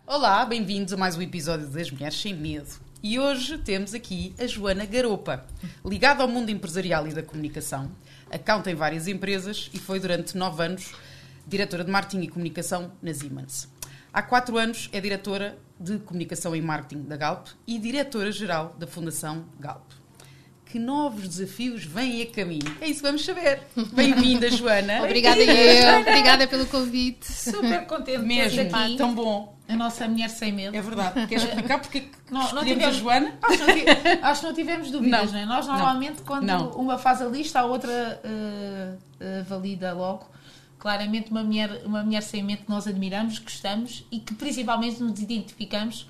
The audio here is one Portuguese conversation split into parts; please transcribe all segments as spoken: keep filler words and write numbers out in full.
Olá, bem-vindos a mais um episódio das Mulheres Sem Medo. E hoje temos aqui a Joana Garopa, ligada ao mundo empresarial e da comunicação, accounta em várias empresas e foi durante nove anos diretora de marketing e comunicação na Siemens. Há quatro anos é diretora de comunicação e marketing da Galp e diretora-geral da Fundação Galp. Que novos desafios vêm a caminho? É isso que vamos saber. Bem-vinda, Joana. Obrigada eu, obrigada pelo convite. Super contente Mesmo, de ter aqui tão bom. A nossa mulher sem medo. É verdade. Queres explicar porque que Não, não escolhemos tivemos- a Joana? Acho que não, ti- acho que não tivemos dúvidas, Não. não, é? Nós Não. normalmente, quando Não. uma faz a lista, a outra uh, uh, valida logo. Claramente, uma mulher, uma mulher sem medo que nós admiramos, gostamos e que principalmente nos identificamos,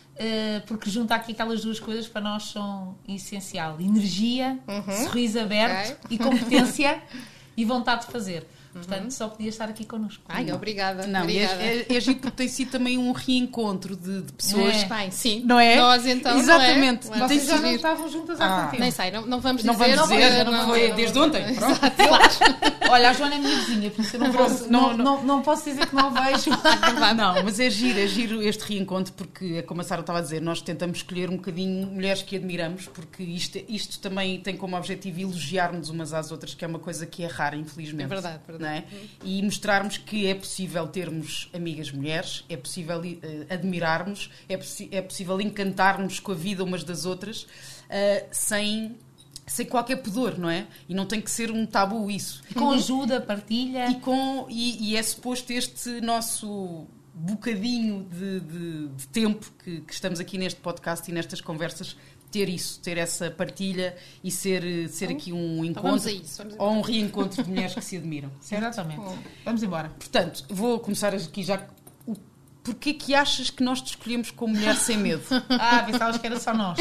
uh, porque junta aqui aquelas duas coisas para nós são essencial: energia, sorriso aberto Ok. e competência e vontade de fazer. Portanto, só podia estar aqui connosco. Ai, obrigada. Não, e obrigada. é, é, é giro porque tem sido também um reencontro de, de pessoas. É. Bem, sim. Não é? Nós então, Exatamente. não é? Tem Vocês já sido- não estavam juntas há Ah. quanto tempo? Nem sei, não, não vamos Não dizer. vamos dizer, não- não foi desde ontem. Pronto. Olha, a Joana é minha vizinha, por isso eu não posso, Não, não, não. não, não posso dizer que não a vejo. Não, mas é giro, é giro este reencontro porque, é como a Sara estava a dizer, nós tentamos escolher um bocadinho mulheres que admiramos porque isto, isto também tem como objetivo elogiar-nos umas às outras, que é uma coisa que é rara, infelizmente. É verdade, verdade. Não é? E mostrarmos que é possível termos amigas mulheres, é possível eh, admirarmos, é, possi- é possível encantar-nos com a vida umas das outras eh, sem, sem qualquer pudor, não é? E não tem que ser um tabu isso. Com ajuda, partilha. E, com, e, e é suposto este nosso bocadinho de, de- de tempo que, que estamos aqui neste podcast e nestas conversas ter isso, ter essa partilha e ser, ser aqui um encontro vamos a isso, vamos a ou um reencontro de mulheres que se admiram. Exatamente. Vamos embora. Portanto, vou começar aqui já. O, porquê que achas que nós te escolhemos como mulher sem medo? Ah, pensavas que era só nós.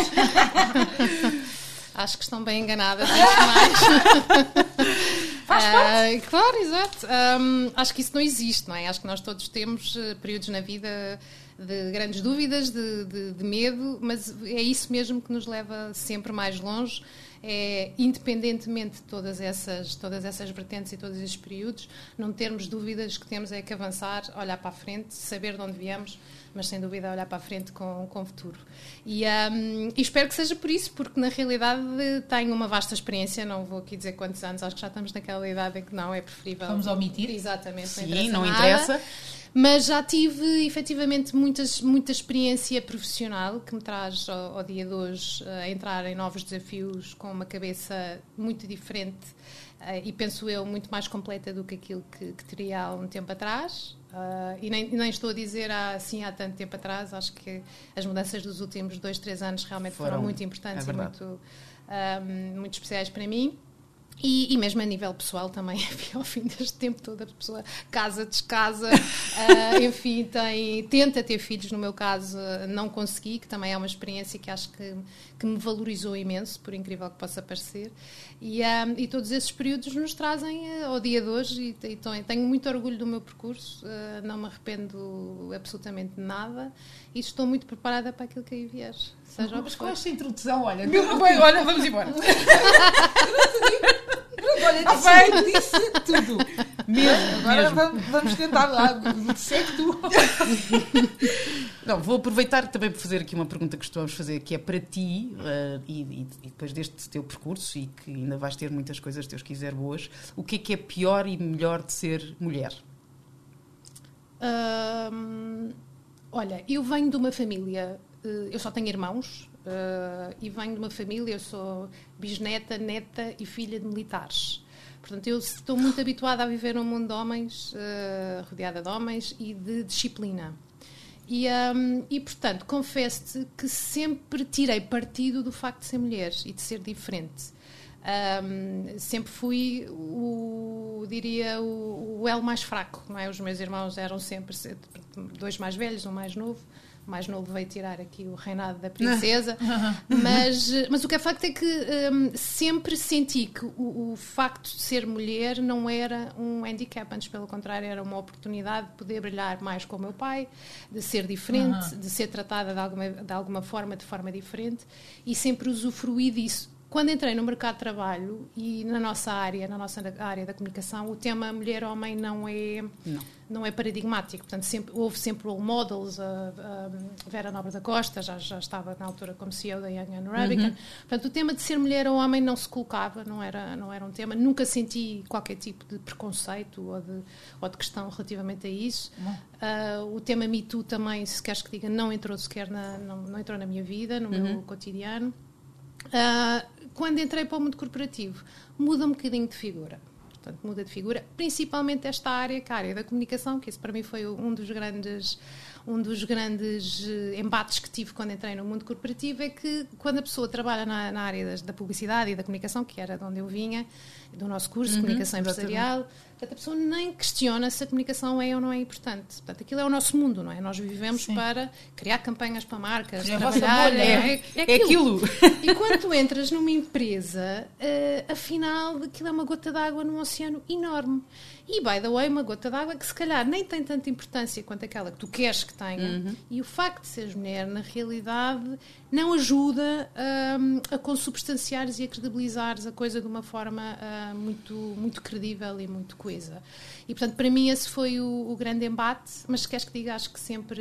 Acho que estão bem enganadas, antes de mais. Faz parte. Claro, exato. Ahm, acho que isso não existe, não é? Acho que nós todos temos eh, períodos na vida de grandes dúvidas, de, de- de medo, mas é isso mesmo que nos leva sempre mais longe. É, independentemente de todas essas, todas essas vertentes e todos esses períodos, não termos dúvidas, que temos é que avançar, olhar para a frente, saber de onde viemos, mas sem dúvida olhar para a frente com, com o futuro. E, hum, e espero que seja por isso, porque na realidade tenho uma vasta experiência, não vou aqui dizer quantos anos, acho que já estamos naquela idade em que não é preferível. Vamos omitir? Exatamente, Sim, não não interessa. nada. interessa. Mas já tive, efetivamente, muitas, muita experiência profissional que me traz ao, ao dia de hoje a entrar em novos desafios com uma cabeça muito diferente eh, e, penso eu, muito mais completa do que aquilo que, que teria há um tempo atrás. Uh, e nem, nem estou a dizer há, assim há tanto tempo atrás, acho que as mudanças dos últimos dois, três anos realmente foram, Foram, muito importantes é e verdade. muito, um, muito especiais para mim. E, e mesmo a nível pessoal também, enfim, ao fim deste tempo todo, a pessoa casa, descasa, uh, enfim, tem, tenta ter filhos, no meu caso não consegui, que também é uma experiência que acho que, que me valorizou imenso, por incrível que possa parecer, e, um, e todos esses períodos nos trazem uh, ao dia de hoje, e, e tenho, tenho muito orgulho do meu percurso, uh, não me arrependo absolutamente de nada, e estou muito preparada para aquilo que aí vier. Seja o que Mas com for. esta introdução, olha. Meu bem, olha, vamos embora. Olha, Ah, disse, disse tudo. Mesmo, Agora mesmo. vamos, vamos tentar lá. Segue tu. Não, vou aproveitar também para fazer aqui uma pergunta que costumamos fazer, que é para ti, uh, e, e- e depois deste teu percurso, e que ainda vais ter muitas coisas, Deus quiser, boas, o que é que é pior e melhor de ser mulher? Hum, olha, eu venho de uma família, eh, eu só tenho irmãos, eh, e venho de uma família, eu sou bisneta, neta e filha de militares. Portanto, eu estou muito habituada a viver num mundo de homens, eh, rodeada de homens e de disciplina. E, hum, e, portanto, confesso-te que sempre tirei partido do facto de ser mulher e de ser diferente. Um, sempre fui o, diria, o, o elo mais fraco, não é? Os meus irmãos eram sempre dois mais velhos, um mais novo. O mais novo veio tirar aqui o reinado da princesa, mas, mas o que é facto é que um, sempre senti que o, o facto de ser mulher não era um handicap, antes pelo contrário era uma oportunidade de poder brilhar mais com o meu pai, de ser diferente, uhum. de ser tratada de alguma, de alguma forma, de forma diferente, e sempre usufruí disso. Quando entrei no mercado de trabalho e na nossa área, na nossa área da comunicação, o tema mulher-homem não é, não. não é paradigmático. Portanto, sempre, houve sempre role models, a, a Vera Nobre da Costa, já, já estava na altura como C E O da Young and Arabica. Uhum. Portanto, o tema de ser mulher ou homem não se colocava, não era, não era um tema. Nunca senti qualquer tipo de preconceito ou de, ou de questão relativamente a isso. Uh, o tema Me Too também, se queres que diga, não entrou sequer na, não, não entrou na minha vida, no uhum. meu cotidiano. Uh, quando entrei para o mundo corporativo, muda um bocadinho de figura. Portanto, muda de figura, principalmente esta área, que é a área da comunicação, que esse para mim foi um dos grandes, um dos grandes embates que tive quando entrei no mundo corporativo, é que quando a pessoa trabalha na, na área das, da publicidade e da comunicação, que era de onde eu vinha, do nosso curso de uhum, comunicação empresarial, portanto, a pessoa nem questiona se a comunicação é ou não é importante. Portanto, aquilo é o nosso mundo, não é? Nós vivemos Sim. para criar campanhas para marcas, é trabalhar, bolha, é, é, é aquilo. E quando tu entras numa empresa, uh, afinal, aquilo é uma gota d'água num oceano enorme. E, by the way, uma gota d'água que se calhar nem tem tanta importância quanto aquela que tu queres que tenha. Uhum. E o facto de seres mulher, na realidade, não ajuda um, a consubstanciares e a credibilizares a coisa de uma forma uh, muito, muito credível e muito coesa. E, portanto, para mim esse foi o, o grande embate. Mas se queres que diga, acho que sempre...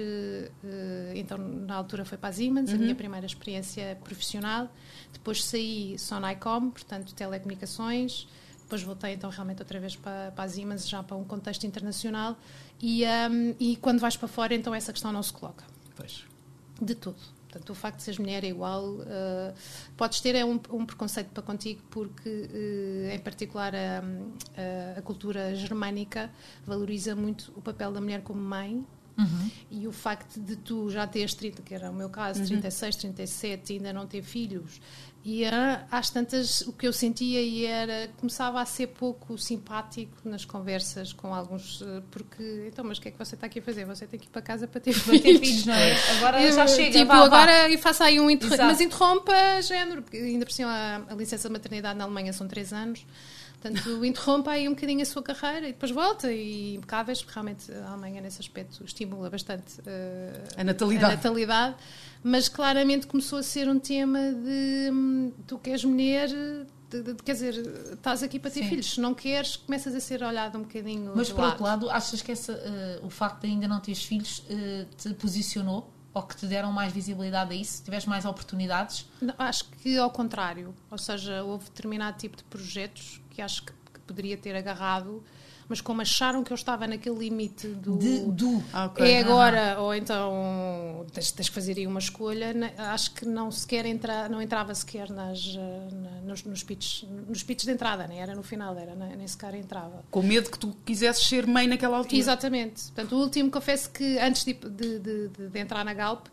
Uh, então, na altura foi para a Siemens, uhum. a minha primeira experiência profissional. Depois saí Sonicom, portanto, telecomunicações. Depois voltei então realmente outra vez para, para a Siemens, já para um contexto internacional, e, um, e quando vais para fora então essa questão não se coloca. Pois. De tudo. Portanto, o facto de seres mulher é igual. Uh, podes ter é um, um preconceito para contigo porque, uh, em particular, a, a, a cultura germânica valoriza muito o papel da mulher como mãe. Uhum. E o facto de tu já teres trinta, que era o meu caso, uhum. trinta e seis, trinta e sete, ainda não ter filhos, e era, às tantas, o que eu sentia e era, começava a ser pouco simpático nas conversas com alguns, porque, então, mas o que é que você está aqui a fazer? Você tem que ir para casa para ter filhos. Ter filhos, não é? Agora eu, já chega, tipo, vá, agora e faça aí um interrompo, mas interrompa género, porque ainda por cima a, a licença de maternidade na Alemanha são três anos. Portanto, interrompa aí um bocadinho a sua carreira e depois volta, e impecáveis, porque realmente a Alemanha nesse aspecto estimula bastante uh, a natalidade. a natalidade, mas claramente começou a ser um tema de hum, tu queres mulher, de, de, quer dizer, estás aqui para ter Sim. filhos, se não queres, começas a ser olhado um bocadinho. Mas por outro lado, achas que essa, uh, o facto de ainda não teres filhos uh, te posicionou? Ou que te deram mais visibilidade a isso? Tiveste mais oportunidades? Não, acho que ao contrário. Ou seja, houve determinado tipo de projetos que acho que, que poderia ter agarrado, mas como acharam que eu estava naquele limite do... De, do. Okay. É agora, uhum. ou então tens, tens que fazer aí uma escolha, acho que não sequer entra, não entrava sequer nas, na, nos, nos, pitches, nos pitches de entrada, nem era no final, era, nem sequer entrava. Com medo que tu quisesses ser mãe naquela altura. Exatamente. Portanto, o último, confesso que antes de, de, de, de entrar na Galp,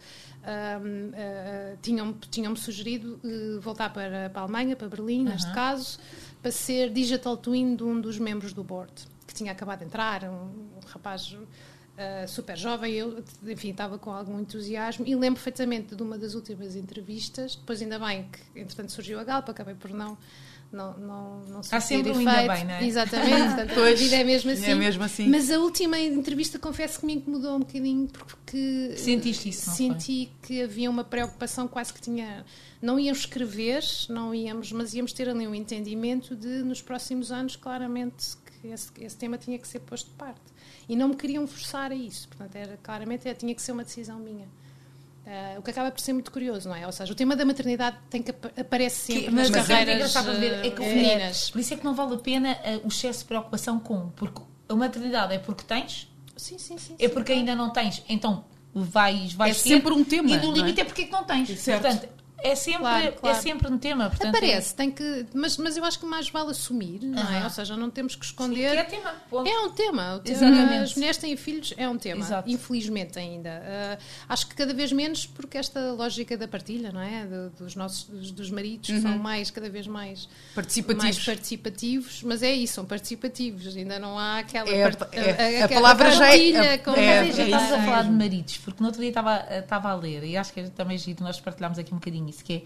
Um, uh, tinham-me, tinham-me sugerido uh, voltar para, para a Alemanha, para Berlim, neste uh-huh. caso, para ser digital twin de um dos membros do board, que tinha acabado de entrar, um, um rapaz uh, super jovem. Eu, enfim, estava com algum entusiasmo e lembro perfeitamente de uma das últimas entrevistas. Depois, ainda bem que, entretanto, surgiu a Galp, acabei por não... Não, não, não Há sempre um ainda bem, não é? Exatamente, portanto, a vida é mesmo assim. É mesmo assim. Mas a última entrevista, confesso que me incomodou um bocadinho, porque sentiste isso, não senti foi? que havia uma preocupação quase que tinha... Não íamos escrever, não íamos, mas íamos ter ali um entendimento de, nos próximos anos, claramente, que esse, esse tema tinha que ser posto de parte. E não me queriam forçar a isso. Portanto, era, claramente, era, tinha que ser uma decisão minha. Uh, o que acaba por ser muito curioso, não é? Ou seja, o tema da maternidade tem que ap- aparece sempre que, nas mas carreiras é ver, é que, femininas. Por isso é que não vale a pena uh, o excesso de preocupação com, porque a maternidade é porque tens, sim, sim, sim, é porque sim, ainda não tens, então vais, vais é sempre um tema, e no limite é? é porque é que não tens. Certo. Portanto, é sempre, claro, claro. É sempre um tema. Portanto, aparece, tem que, mas, mas eu acho que mais vale assumir, não é? Uh-huh. Ou seja, não temos que esconder. Sim, que é tema. Ponto. É um tema. Exatamente. As mulheres têm filhos, é um tema. Exato. Infelizmente ainda. Uh, acho que cada vez menos, porque esta lógica da partilha, não é? De, dos nossos dos, dos maridos, uhum. que são mais, cada vez mais participativos. mais participativos, mas é isso, são participativos. Ainda não há aquela é, part... é, a, a palavra já é. Como é, é, já estamos a falar de maridos, porque no outro dia estava, estava a ler, e acho que também é giro, nós partilhámos aqui um bocadinho isso, que é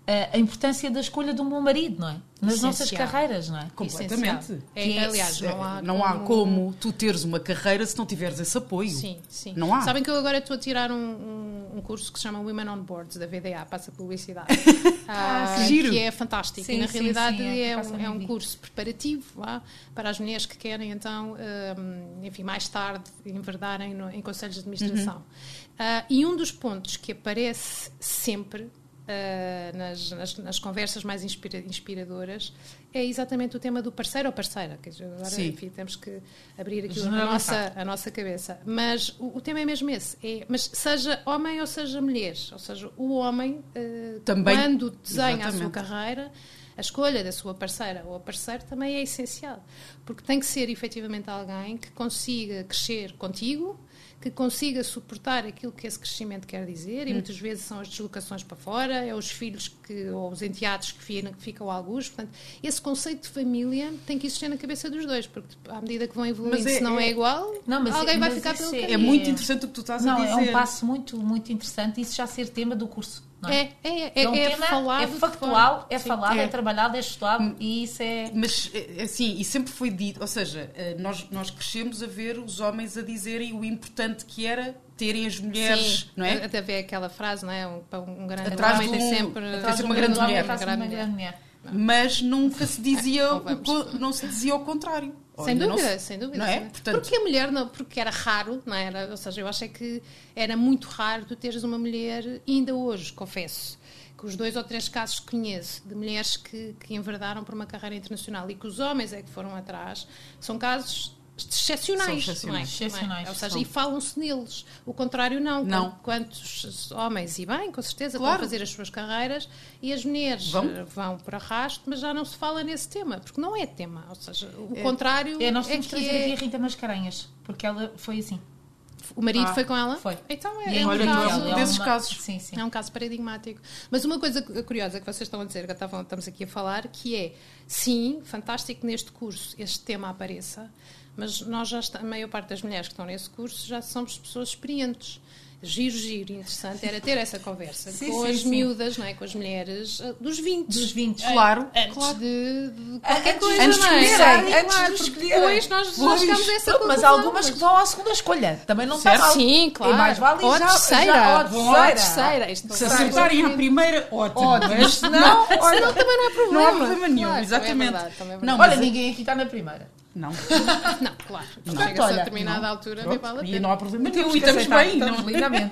a importância da escolha de um bom marido, não é? Nas Essencial. nossas carreiras, não é? Completamente. É, é- aliás, não há, não há como tu teres uma carreira se não tiveres esse apoio. Sim, sim. Não há. Sabem que eu agora estou a tirar um, um, um curso que se chama Women on Boards, da V D A, passa publicidade. Ah, Ah, giro. que é fantástico. Sim, e na sim, realidade sim, é, é, passa um, é a um mim. curso preparativo vá, para as mulheres que querem, então, hum, enfim, mais tarde enverdarem no, em conselhos de administração. Uhum. Ah, e um dos pontos que aparece sempre Uh, nas, nas, nas conversas mais inspira, inspiradoras é exatamente o tema do parceiro ou parceira. Quer dizer, agora, Sim. enfim, temos que abrir aqui a Generalizar. nossa, a nossa cabeça. Mas o, o tema é mesmo esse. É, mas seja homem ou seja mulher, ou seja, o homem, uh, Também, quando desenha a sua exatamente. carreira, a escolha da sua parceira ou parceiro também é essencial. Porque tem que ser efetivamente alguém que consiga crescer contigo, que consiga suportar aquilo que esse crescimento quer dizer, e muitas vezes são as deslocações para fora, é os filhos que, ou os enteados que ficam, que ficam a alguns. Portanto, esse conceito de família tem que existir na cabeça dos dois, porque à medida que vão evoluindo, Mas é- se não é, é- igual, Não, mas alguém é- vai mas ficar isso pelo é- É caminho. muito interessante o que tu estás Não, a dizer. é um passo muito, muito interessante, isso já ser tema do curso. Não é? É, é, é, É um é tema, falado é de factual, forma- é Sim. falado, é. É. trabalhado, é estudado e isso é... Mas, eh, assim, e sempre foi dito, ou seja, eh, nós, nós crescemos a ver os homens a dizerem o importante que era terem as mulheres, Sim, não é? até ver aquela frase, não é? Um, um grande Atrás homem de tem um- sempre atrás Atrás de de uma um grande homem, mulher. atrás de Grande uma mulher. grande mulher. Mas nunca se dizia, Não o vamos. co- não se dizia o contrário. Sem Olha, não dúvida, se- sem dúvida. Não é? sem dúvida. Portanto, Porque a mulher, não, porque era raro, não era? Ou seja, eu achei que era muito raro tu teres uma mulher, ainda hoje, confesso, que os dois ou três casos que conheço de mulheres que, que enverdaram por uma carreira internacional e que os homens é que foram atrás, são casos excepcionais. São excepcionais. não é? Excepcionais, Não é? Ou seja, são. e falam-se neles. O contrário, não. Não. Quantos homens, e bem, com certeza, Claro. vão fazer as suas carreiras e as mulheres Vão. eh, vão por arrasto, mas já não se fala nesse tema, porque não é tema. Ou seja, o contrário É, nós é temos que que trazer é... aqui a Rita Mascarenhas, porque ela foi assim. O marido Ah, foi com ela? foi. Então E é, um olha, caso, então, desses casos. Sim, sim. é um caso paradigmático. Mas uma coisa curiosa que vocês estão a dizer, que estavam- estamos aqui a falar, que é, sim, fantástico que neste curso este tema apareça, mas nós já está, a maior parte das mulheres que estão nesse curso já somos pessoas experientes. Giro, giro, interessante era ter essa conversa Sim, com sim, as sim. miúdas, não é? Com as mulheres eh, dos vinte. Dos vinte. Claro, Antes claro. de, de qualquer Antes- coisa, antes de não é? escolherem, antes Claro, de porque escolherem. depois nós já Pois. chegamos a essa Pronto, mas conclusão, há algumas que vão à segunda escolha. Também não está Certo. mal. Sim, claro. É mais vale ou a já- terceira. já- ou a Ou a terceira. terceira. Isto não Se faz acertarem sentido. à primeira, ótimo. Ótimo. Mas Se não, Senão olha, também não há problema. não há problema nenhum, Claro, exatamente. também é verdade, também é verdade. Não, olha, mas- ninguém aqui está na primeira. Não. Não, claro. Portanto, Chega-se a olha, determinada não. altura, nem Pronto, vale a e pena. não há problema Temos nenhum. E que estamos aceitar, bem, estamos não? lindamente.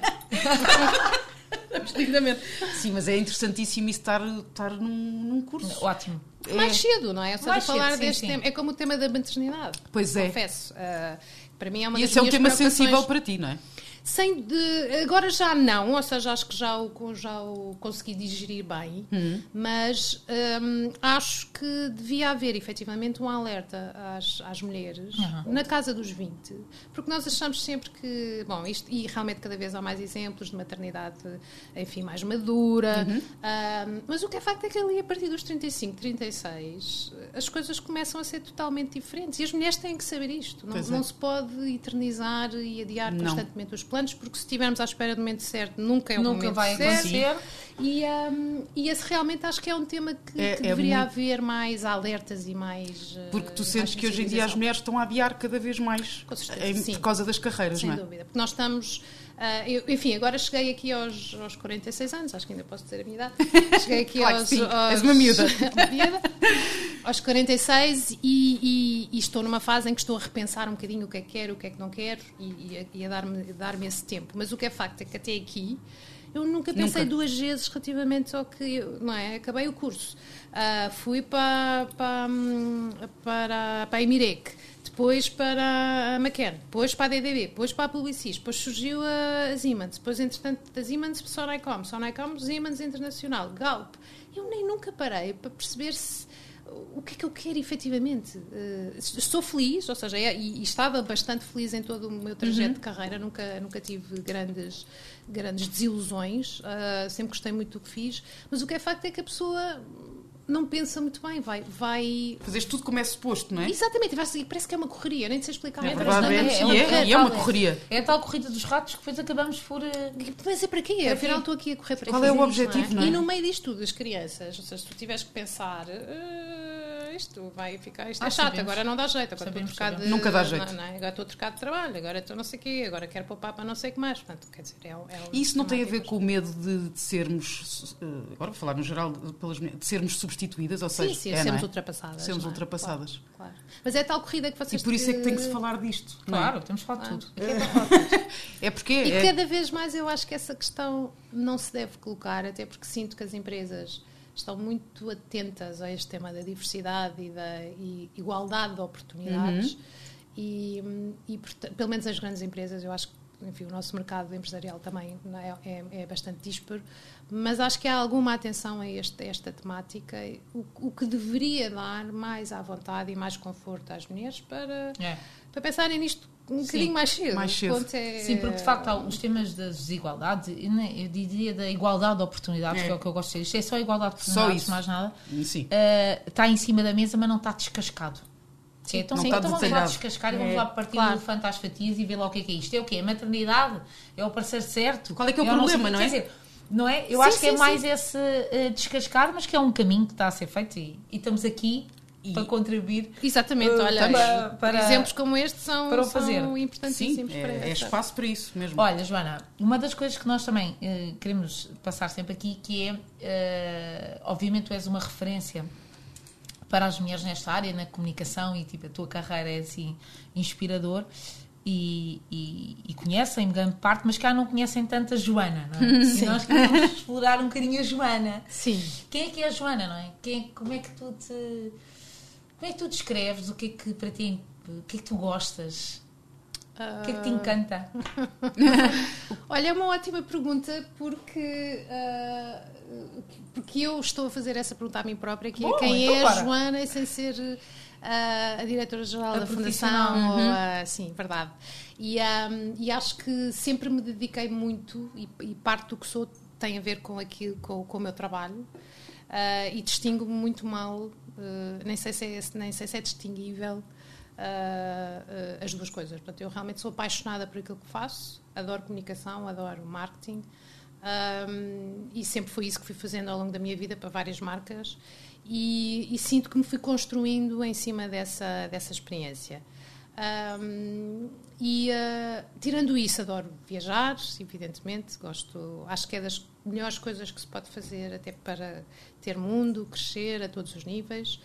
Estamos lindamente. Sim, mas é interessantíssimo isso estar, estar num, num curso. Ótimo. Mais É- cedo, não é? Ou seja, Mais falar cedo, sim, deste sim. tema. É como o tema da maternidade. Pois é. Confesso. Ah, para mim é uma E das esse é um minhas tema preocupações. sensível para ti, não é? Sem de, agora já não, ou seja, acho que já o, já o consegui digerir bem, Hum. mas hum, acho que devia haver efetivamente um alerta às, às mulheres Uhum. na casa dos vinte, porque nós achamos sempre que, bom, isto, e realmente cada vez há mais exemplos de maternidade, enfim, mais madura, Uhum. hum, mas o que é facto é que ali a partir dos trinta e cinco, trinta e seis as coisas começam a ser totalmente diferentes e as mulheres têm que saber isto, não, Pois é. não se pode eternizar e adiar Não. constantemente os planos, porque se estivermos à espera do momento certo, nunca é o Nunca momento vai certo. acontecer. E, um, e esse realmente acho que é um tema que, É- que é deveria muito- haver mais alertas e mais. uh, Porque tu mais sentes que hoje em dia as sensibilização. mulheres estão a adiar cada vez mais Com certeza, em- sim. por causa das carreiras, Sem não é? dúvida, porque nós estamos. ah, eu- enfim, agora cheguei aqui aos, aos quarenta e seis anos, acho que ainda posso dizer a minha idade. Cheguei aqui Claro que aos. sim, aos és uma miúda. uma miúda, aos quarenta e seis e, e- e estou numa fase em que estou a repensar um bocadinho o que é que quero, o que é que não quero e, e a, e a dar-me dar-me esse tempo. Mas o que é facto é que até aqui eu nunca pensei Nunca. duas vezes relativamente ao que. eu- Não é? Acabei o curso. Ah, fui para, para, hum, para, para a Emirec, depois para a McKen, depois para a D D B, depois para a Publicis, depois surgiu a, a Siemens, depois, entretanto, da Siemens, Sonicom, Sonicom, Siemens Internacional, Galp. Eu nem nunca parei para perceber se. O que é que eu quero efetivamente? Uh, estou feliz, ou seja, é, e, e estava bastante feliz em todo o meu trajeto de carreira, nunca, nunca tive grandes, grandes desilusões, uh, sempre gostei muito do que fiz, mas o que é facto é que a pessoa não pensa muito bem, vai... vai... Fazes tudo como é suposto, não é? Exatamente, vai seguir, parece que é uma correria, nem sei explicar. É Parece verdade, que é, não é, uma é, correria. e é uma correria. É a tal corrida dos ratos que depois acabamos por... Uh... Mas é para quê? Afinal estou aqui a correr para Qual quê? é o objetivo, não é? E no meio disto tudo, as crianças, ou seja, se tu tiveres que pensar... Uh, isto vai ficar... Isto Ah, é chato, sabemos. agora não dá jeito. Agora Sabemos, estou a trocar de... Nunca dá jeito. Não, não, agora estou a trocar de trabalho, agora estou não sei o quê, agora quero poupar para não sei o que mais. Portanto, quer dizer, é, o- é o- E isso não tem a ver temáticas. com o medo de, de sermos, eh, agora vou falar no geral, pelas mulheres, de sermos substituídas, ou seja, Sim, sim, é, não sermos é? ultrapassadas. Sermos não é? ultrapassadas. Claro, claro. Mas é tal corrida que E vocês... por isso é que tem que se falar disto. não é? Claro, temos que falar de Ah. tudo. Aqui é para falar de tudo. É porque E é, cada vez mais eu acho que essa questão não se deve colocar, até porque sinto que as empresas estão muito atentas a este tema da diversidade e da e igualdade de oportunidades. Uhum. E, e porta- pelo menos as grandes empresas, eu acho que enfim, o nosso mercado empresarial também não é, é, é bastante dísparo, mas acho que há alguma atenção a, este, a esta temática, o, o que deveria dar mais à vontade e mais conforto às mulheres para, É. para pensarem nisto um Sim, bocadinho mais cedo. mais cedo. O ponto é- Sim, porque de facto há os temas das desigualdades, eu nem- eu diria da igualdade de oportunidades, É. que é o que eu gosto de dizer. Isto é só igualdade de Só oportunidades, isso. mais nada. sim. Uh, está em cima da mesa, mas não está descascado. Sim, então, não sim, está então vamos lá detalhado. descascar e É. vamos lá partir Claro. o elefante às fatias e ver lá o que é que é isto. É o quê? A maternidade? É o parecer certo? Qual é que é o Eu não sei- problema, não é? Quer dizer, não é? Eu Sim, acho que é sim, mais sim. esse uh, descascar, mas que é um caminho que está a ser feito e, e estamos aqui E- para contribuir. Exatamente, Uh, olha, para- por para- exemplos como este são, para o são fazer. importantíssimos Sim, para é, é essa. espaço para isso mesmo. Olha, Joana, uma das coisas que nós também eh, queremos passar sempre aqui, que é, eh, obviamente tu és uma referência para as mulheres nesta área, na comunicação, e tipo, a tua carreira é assim inspirador, e, e, e conhecem grande parte, mas cá não conhecem tanto a Joana, não é? E nós queremos explorar um bocadinho a Joana. Sim. Quem é que é a Joana, não é? Quem, como é que tu te... Como é que tu descreves? O que é que para ti... O que é que tu gostas? O que é que te encanta? Olha, é uma ótima pergunta porque, ah, porque eu estou a fazer essa pergunta a mim própria, que é Bom, quem então é a bora. Joana sem ser ah, a diretora-geral A da profissional. Fundação. Ou Uhum. a- sim, verdade. E, ah, e acho que sempre me dediquei muito e, e parte do que sou tem a ver com, aquilo, com, com o meu trabalho. Ah, e distingo-me muito mal, ah, nem, sei se é, nem sei se é distinguível, Uh, uh, as duas coisas. Portanto, eu realmente sou apaixonada por aquilo que faço, adoro comunicação, adoro marketing, um, e sempre foi isso que fui fazendo ao longo da minha vida para várias marcas, e, e sinto que me fui construindo em cima dessa, dessa experiência. Um, e uh, tirando isso, adoro viajar, evidentemente, gosto, acho que é das melhores coisas que se pode fazer até para ter mundo, crescer a todos os níveis.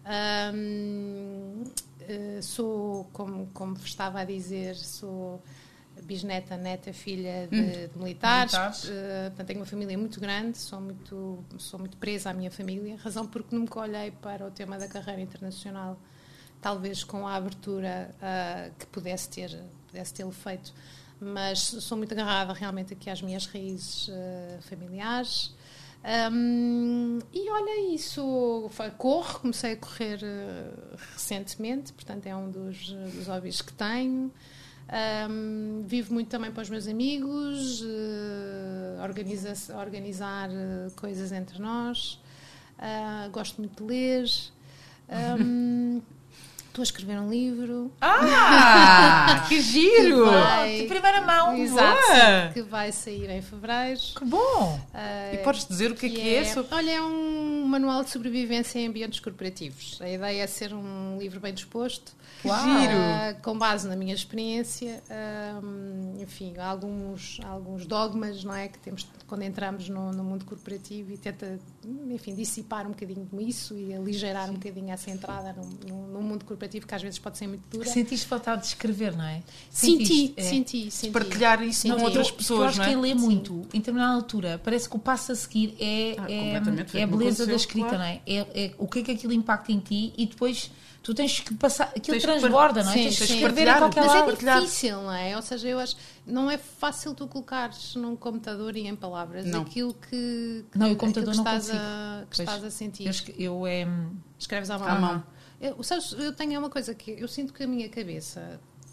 Um, uh, sou, como, como estava a dizer, sou bisneta, neta, filha de, Hum. de militares, Militares. uh, portanto tenho uma família muito grande, sou muito, sou muito presa à minha família, razão porque nunca olhei para o tema da carreira internacional, talvez com a abertura uh, que pudesse ter, pudesse tê-lo feito, mas sou muito agarrada realmente aqui às minhas raízes uh, familiares. Um, e olha isso, fa- corro, comecei a correr uh, recentemente, portanto é um dos, uh, dos hobbies que tenho. Um, vivo muito também para os meus amigos, uh, organiza organizar uh, coisas entre nós, uh, gosto muito de ler. Um, Estou a escrever um livro. Ah, que giro! Que vai- De primeira mão. Exato, boa! que vai sair em fevereiro. Que bom! Uh, E podes dizer o que é que é? sobre- Olha, é um manual de sobrevivência em ambientes corporativos. A ideia é ser um livro bem disposto. Uau! Uh, com base na minha experiência, um, enfim, há alguns, há alguns dogmas, não é, que temos quando entramos no, no mundo corporativo, e tenta, enfim, dissipar um bocadinho isso e aligerar um bocadinho essa entrada no, no, no mundo corporativo, que às vezes pode ser muito dura. Sentiste falta de escrever, não é? Senti, Sentiste, é. senti, senti. Partilhar isso Senti. com outras Eu- pessoas, eu acho não é? que quem lê muito, em determinada altura, parece que o passo a seguir é, Ah, é, completamente, foi é a o que beleza aconteceu, da escrita, claro. não é? É, é? O que é que aquilo impacta em ti, e depois tu tens que passar, aquilo Tens que transborda, par- não é? Sim, Tens que sim. escrever em Partilhar, qualquer Mas lado. é partilhar. difícil, não é? Ou seja, eu acho não é fácil tu colocares num computador e em palavras Não. aquilo que, que Não, e o aquilo computador que não estás, consigo. a, que Pois. estás a sentir. Eu, esque- eu é, Escreves à mão. À mão. Eu, sabes, eu tenho uma coisa que eu sinto que a minha cabeça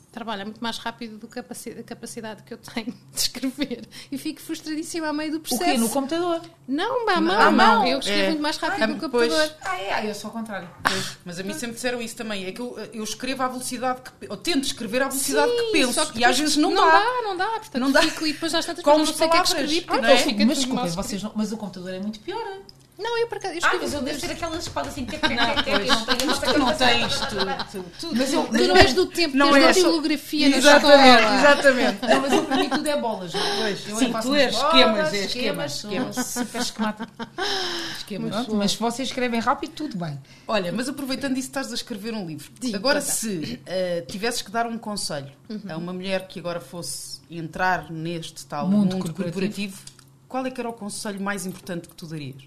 trabalha muito mais rápido do que a capaci- a capacidade que eu tenho de escrever e fico frustradíssima a meio do processo. O quê? No computador? Não, à mão. À mão. Eu escrevo É. muito mais rápido Ah, no pois. computador. Ah, é, ah, eu sou ao contrário. Pois, mas a mim sempre disseram isso também. É que eu, eu escrevo à velocidade que... Ou tento escrever à velocidade que penso. só que E às depois vezes não, não dá. dá. Não dá, portanto Não dá. fico e depois às tantas Como não as sei o que é que palavras. escrevi, Ah, porque não é? fica Mas tudo desculpem, mal vocês não, mas o computador é muito pior. Não, eu, por acaso, eu Ah, escrevo mas eu devo desde- ter aquelas espadas assim, tec, tec, Não, tec, tec, pois. eu não tenho a nossa Tu não capacidade. tens tu, tu, tu. Mas eu, Tu não és do tempo Não de teres é só- datilografia na Exatamente, escola. exatamente. Não, mas eu para mim tudo é bolas. Não é? Pois. Eu Sim, faço tu és bolas, esquemas, é esquemas, sou esquemas. super esquemática. Esquemas. Pronto, mas se vocês escrevem rápido, tudo bem. Olha, mas aproveitando isso, estás a escrever um livro. Sim, agora, conta. se uh, tivesses que dar um conselho a uma mulher que agora fosse entrar neste tal Mundo mundo, corporativo. corporativo, qual é que era o conselho mais importante que tu darias?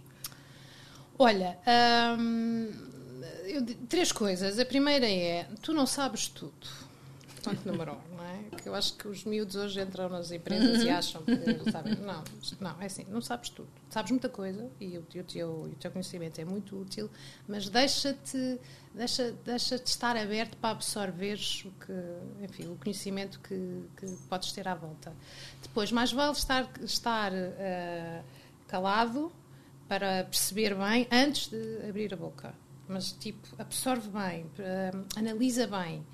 Olha, hum, eu di- três coisas. A primeira é, tu não sabes tudo. Ponto número um, não é? Que eu acho que os miúdos hoje entram nas empresas e acham que sabem. Não, isto não, é assim, não sabes tudo. Sabes muita coisa e o, teu, teu, o teu conhecimento é muito útil, mas deixa-te deixa, deixa-te estar aberto para absorveres o, que, enfim, o conhecimento que, que podes ter à volta. Depois, mais vale estar, estar uh, calado para perceber bem antes de abrir a boca. Mas, tipo, absorve bem, uh, analisa bem.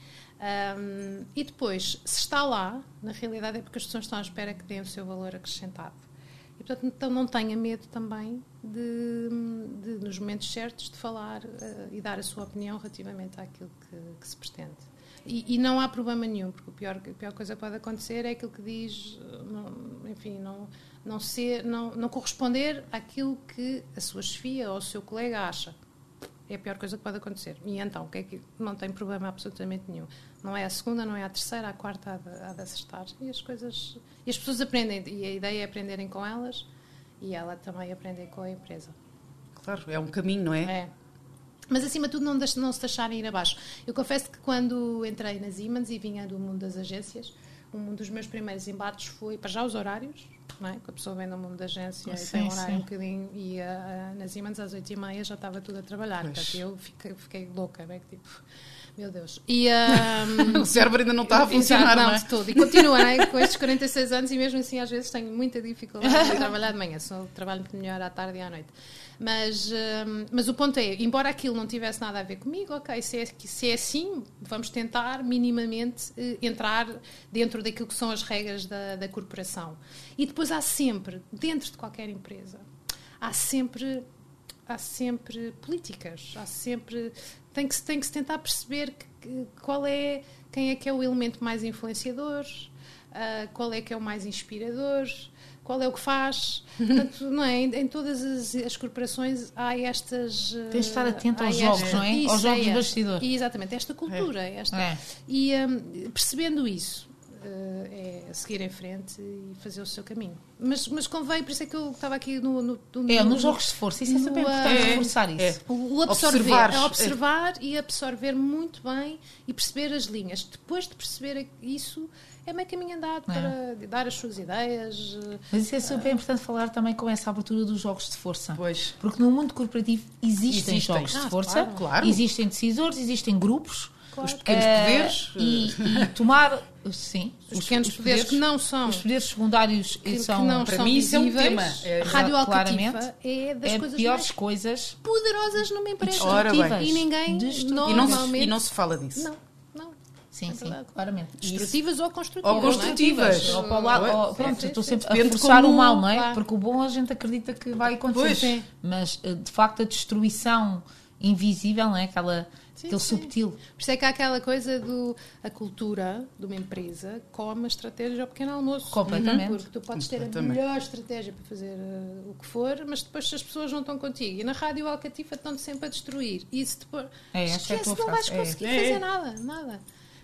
Um, e depois, se está lá, na realidade é porque as pessoas estão à espera que deem o seu valor acrescentado. E, portanto, então não tenha medo também de, de nos momentos certos, de falar uh, e dar a sua opinião relativamente àquilo que, que se pretende. E, e não há problema nenhum, porque o pior, a pior coisa que pode acontecer é aquilo que diz, não, enfim, não, não, ser, não, não corresponder àquilo que a sua chefia ou o seu colega acha. É a pior coisa que pode acontecer. E então, o que é que não tem problema absolutamente nenhum. Não é a segunda, não é a terceira, a quarta há de, há de acertar. E as coisas... E as pessoas aprendem, e a ideia é aprenderem com elas e ela também aprender com a empresa. Claro, é um caminho, não é? É. Mas, acima de tudo, não, deix- não se deixarem ir abaixo. Eu confesso que quando entrei na Siemens e vinha do mundo das agências, um dos meus primeiros embates foi, para já, os horários, não é? Que a pessoa vem do mundo da agência Ah, e sim, tem um horário sim. um bocadinho, e a, a, na Siemens às oito e meia já estava tudo a trabalhar. Pois. Portanto, eu fiquei, fiquei louca, não é? Que tipo, meu Deus. E, um, O cérebro ainda não está a Exato, funcionar, não, não, é? de todo. E continua, não é? Com estes quarenta e seis anos, e mesmo assim às vezes tenho muita dificuldade em trabalhar de manhã. Só trabalho muito melhor à tarde e à noite. Mas, hum, mas o ponto é, embora aquilo não tivesse nada a ver comigo, ok, se é, se é assim, vamos tentar minimamente eh, entrar dentro daquilo que são as regras da, da corporação. E depois há sempre, dentro de qualquer empresa, há sempre... há sempre políticas, há sempre... Tem que, tem que se tentar perceber que, que, qual é, quem é que é o elemento mais influenciador, uh, qual é que é o mais inspirador, qual é o que faz. Portanto, não é? Em, em todas as, as corporações há estas... Uh, Tens de estar atento há aos esta- jogos, não é? Isso, Aos jogos é de esta. bastidor. E, exatamente, esta cultura. Esta, É. E um, percebendo isso, Uh, é seguir em frente e fazer o seu caminho. Mas, mas convém, por isso é que eu estava aqui no... no, no É, no- nos jogos de força, isso é no, super uh, importante é, reforçar isso. é. o, o absorver, Observares. é observar e absorver muito bem e perceber as linhas. Depois de perceber isso, é meio caminho andado É. para dar as suas ideias. Mas isso é super importante falar também com essa abertura dos jogos de força. Pois. Porque no mundo corporativo existem, Existem. jogos Ah, de força, claro. Claro. existem decisores, existem grupos. Claro. Os pequenos eh, poderes. E, e tomar, sim, Os pequenos poderes, que não são... os poderes secundários que, são, que não para são mim, isso é um visíveis. tema. É, A radioalcativa claramente, é das é coisas piores mais coisas poderosas numa empresa. Ora bem. E ninguém Destrutivas. E não, se, normalmente... e não se fala disso. Não, não. Sim, É sim, verdade. claramente. E isso- Destrutivas ou construtivas. Ou não é? construtivas. Ou para o lado, Pois. ou- pronto, Sim, eu estou sim, sempre a Depende forçar como- o mal, não é? Claro. Porque o bom a gente acredita que vai acontecer. Pois. Sim. Mas, eh, de facto, a destruição invisível, não é? Aquela, Sim, aquele sim. subtil. Por isso é que há aquela coisa do... A cultura de uma empresa come a estratégia ao pequeno almoço. Completamente. Porque tu podes ter a Completamente. melhor estratégia para fazer uh, o que for, mas depois se as pessoas não estão contigo. E na rádio Alcatifa estão-te sempre a destruir. E se depois... É, essa é a esquece, tua não vais frase. É. conseguir É. fazer nada. Nada.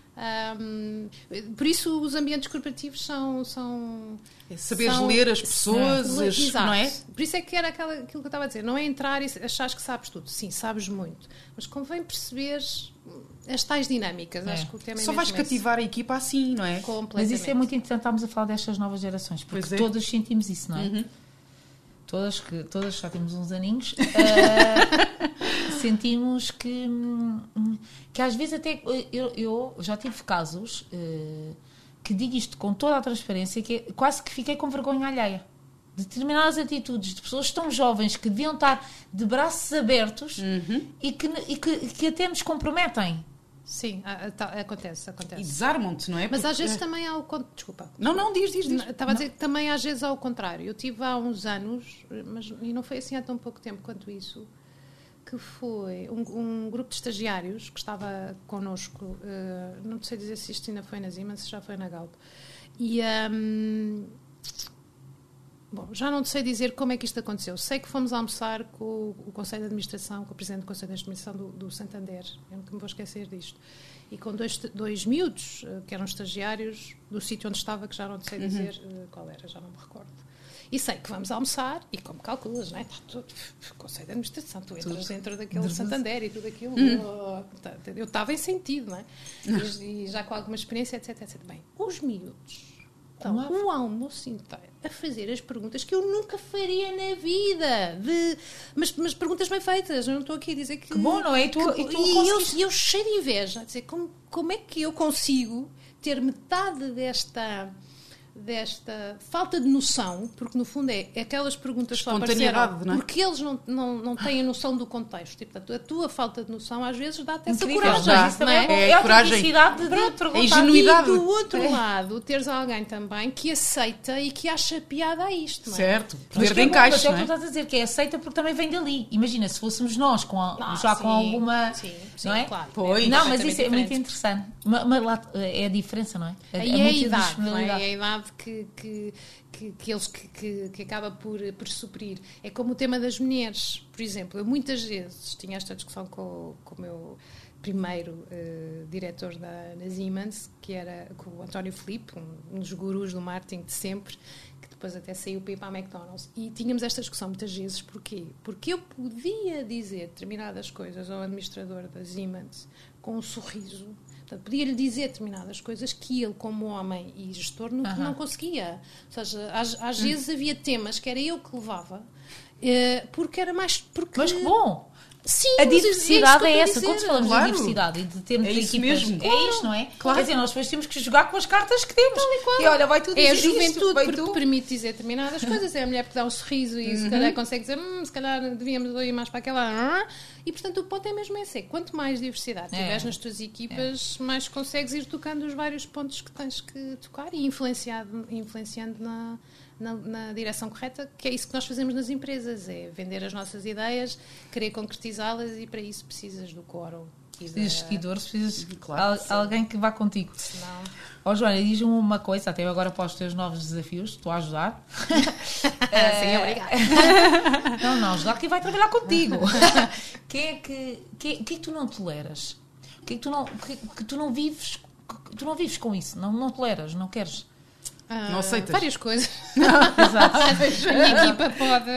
Ahm, por isso os ambientes corporativos são... são É saberes são- ler as pessoas, as- Exato. não é? Por isso é que era aquela, aquilo que eu estava a dizer, não é entrar e achares que sabes tudo. Sim, sabes muito, mas convém perceberes as tais dinâmicas. É. Acho que o tema é Só vais mesmo esse. cativar a equipa assim, não é? Mas Completamente. isso é muito interessante, estamos a falar destas novas gerações, porque Pois é. todos sentimos isso, não é? todas, que todas já temos uns aninhos, uh, sentimos que, que às vezes até, eu, eu já tive casos, uh, que digo isto com toda a transparência, que é, quase que fiquei com vergonha alheia. Determinadas atitudes de pessoas tão jovens que deviam estar de braços abertos uhum. e, que, e que, que até nos comprometem. Sim, acontece, acontece. E desarmam-te, não é? Mas Porque... às vezes também há o... Desculpa. Não, não, diz, diz, diz. Estava a dizer que também às vezes há o contrário. Eu tive há uns anos, mas e não foi assim há tão pouco tempo quanto isso, que foi um, um grupo de estagiários que estava connosco, uh, não sei dizer se isto ainda foi na Siemens, se já foi na Galp. E... Um, Bom, já não sei dizer como é que isto aconteceu. Sei que fomos almoçar com o, o Conselho de Administração, com o Presidente do Conselho de Administração do, do Santander. Eu nunca me vou esquecer disto. E com dois, dois miúdos, que eram estagiários, do sítio onde estava, que já não sei dizer uhum. qual era, já não me recordo. E sei que vamos almoçar, e como calculas, não é? Está tudo, Conselho de Administração, tu entras tudo. Dentro daquele Nervoso. Santander e tudo aquilo. Uhum. Eu estava em sentido, não é? E, e já com alguma experiência, etc, etc. Bem, os miúdos... Então, um almoço inteiro a fazer as perguntas que eu nunca faria na vida. De, mas, mas perguntas bem feitas. Eu não estou aqui a dizer que... Que bom, não é? E, tu, que, e, tu e eu, eu cheio de inveja. A dizer, como, como é que eu consigo ter metade desta... desta falta de noção, porque no fundo é aquelas perguntas só apareceram não é? Porque eles não, não, não têm a noção do contexto. E, portanto, a tua falta de noção às vezes dá-te essa Incrível, coragem. Já, isso não é? É, é a autenticidade de, de perguntar. É ingenuidade. E do outro é. lado, teres alguém também que aceita e que acha piada a isto. Não é? Certo, poder de encaixe. Mas é o que tu estás a dizer, que é aceita porque também vem dali. Imagina, se fôssemos nós com a, ah, já sim, com alguma... Sim, sim, não é? claro. Pois. Não, mas isso é muito interessante. Mas, mas lá, é a diferença, não é? A, é, é a a idade, não é? É a idade que... que Que, que eles que, que, que acaba por, por suprir. É como o tema das mulheres, por exemplo. Eu muitas vezes tinha esta discussão com, com o meu primeiro uh, diretor da, da Siemens, que era com o António Filipe, um, um dos gurus do marketing de sempre, que depois até saiu para ir para a McDonald's. E tínhamos esta discussão muitas vezes. Porquê? Porque eu podia dizer determinadas coisas ao administrador da Siemens com um sorriso. Portanto, podia-lhe dizer determinadas coisas que ele, como homem e gestor, não, uh-huh. não conseguia. Ou seja, às, às vezes havia temas que era eu que levava, eh, porque era mais... Porque... Mas que bom! Sim, a diversidade é, é essa. dizer. Quando falamos claro. de diversidade e de termos é equipas, mesmo. é isto, não é? Claro. Quer dizer, nós depois temos que jogar com as cartas que temos. E, e olha, vai tudo dizer é a juventude isto, vai porque tu. permite dizer determinadas coisas. É a mulher que dá um sorriso e uhum. se calhar consegue dizer hum, se calhar devíamos ir mais para aquela... E, portanto, o ponto é mesmo esse. Quanto mais diversidade é. tiveres nas tuas equipas, é. mais consegues ir tocando os vários pontos que tens que tocar e influenciando, influenciando na... Na, na direção correta, que é isso que nós fazemos nas empresas, é vender as nossas ideias, querer concretizá-las e para isso precisas do quórum. Precisas de seguidores, precisas claro, de alguém que vá contigo. Senão... Ó oh, Joana, diz-me uma coisa, até agora para os teus novos desafios, estou a ajudar. Sim, obrigada. Não, não, ajudar quem vai trabalhar contigo. Quem é que, que, que é que tu não toleras? O que é que tu não, que, que tu não vives, que tu não vives com isso? Não, não toleras, não queres? Uh, não aceitas? Várias coisas. Exato. A minha equipa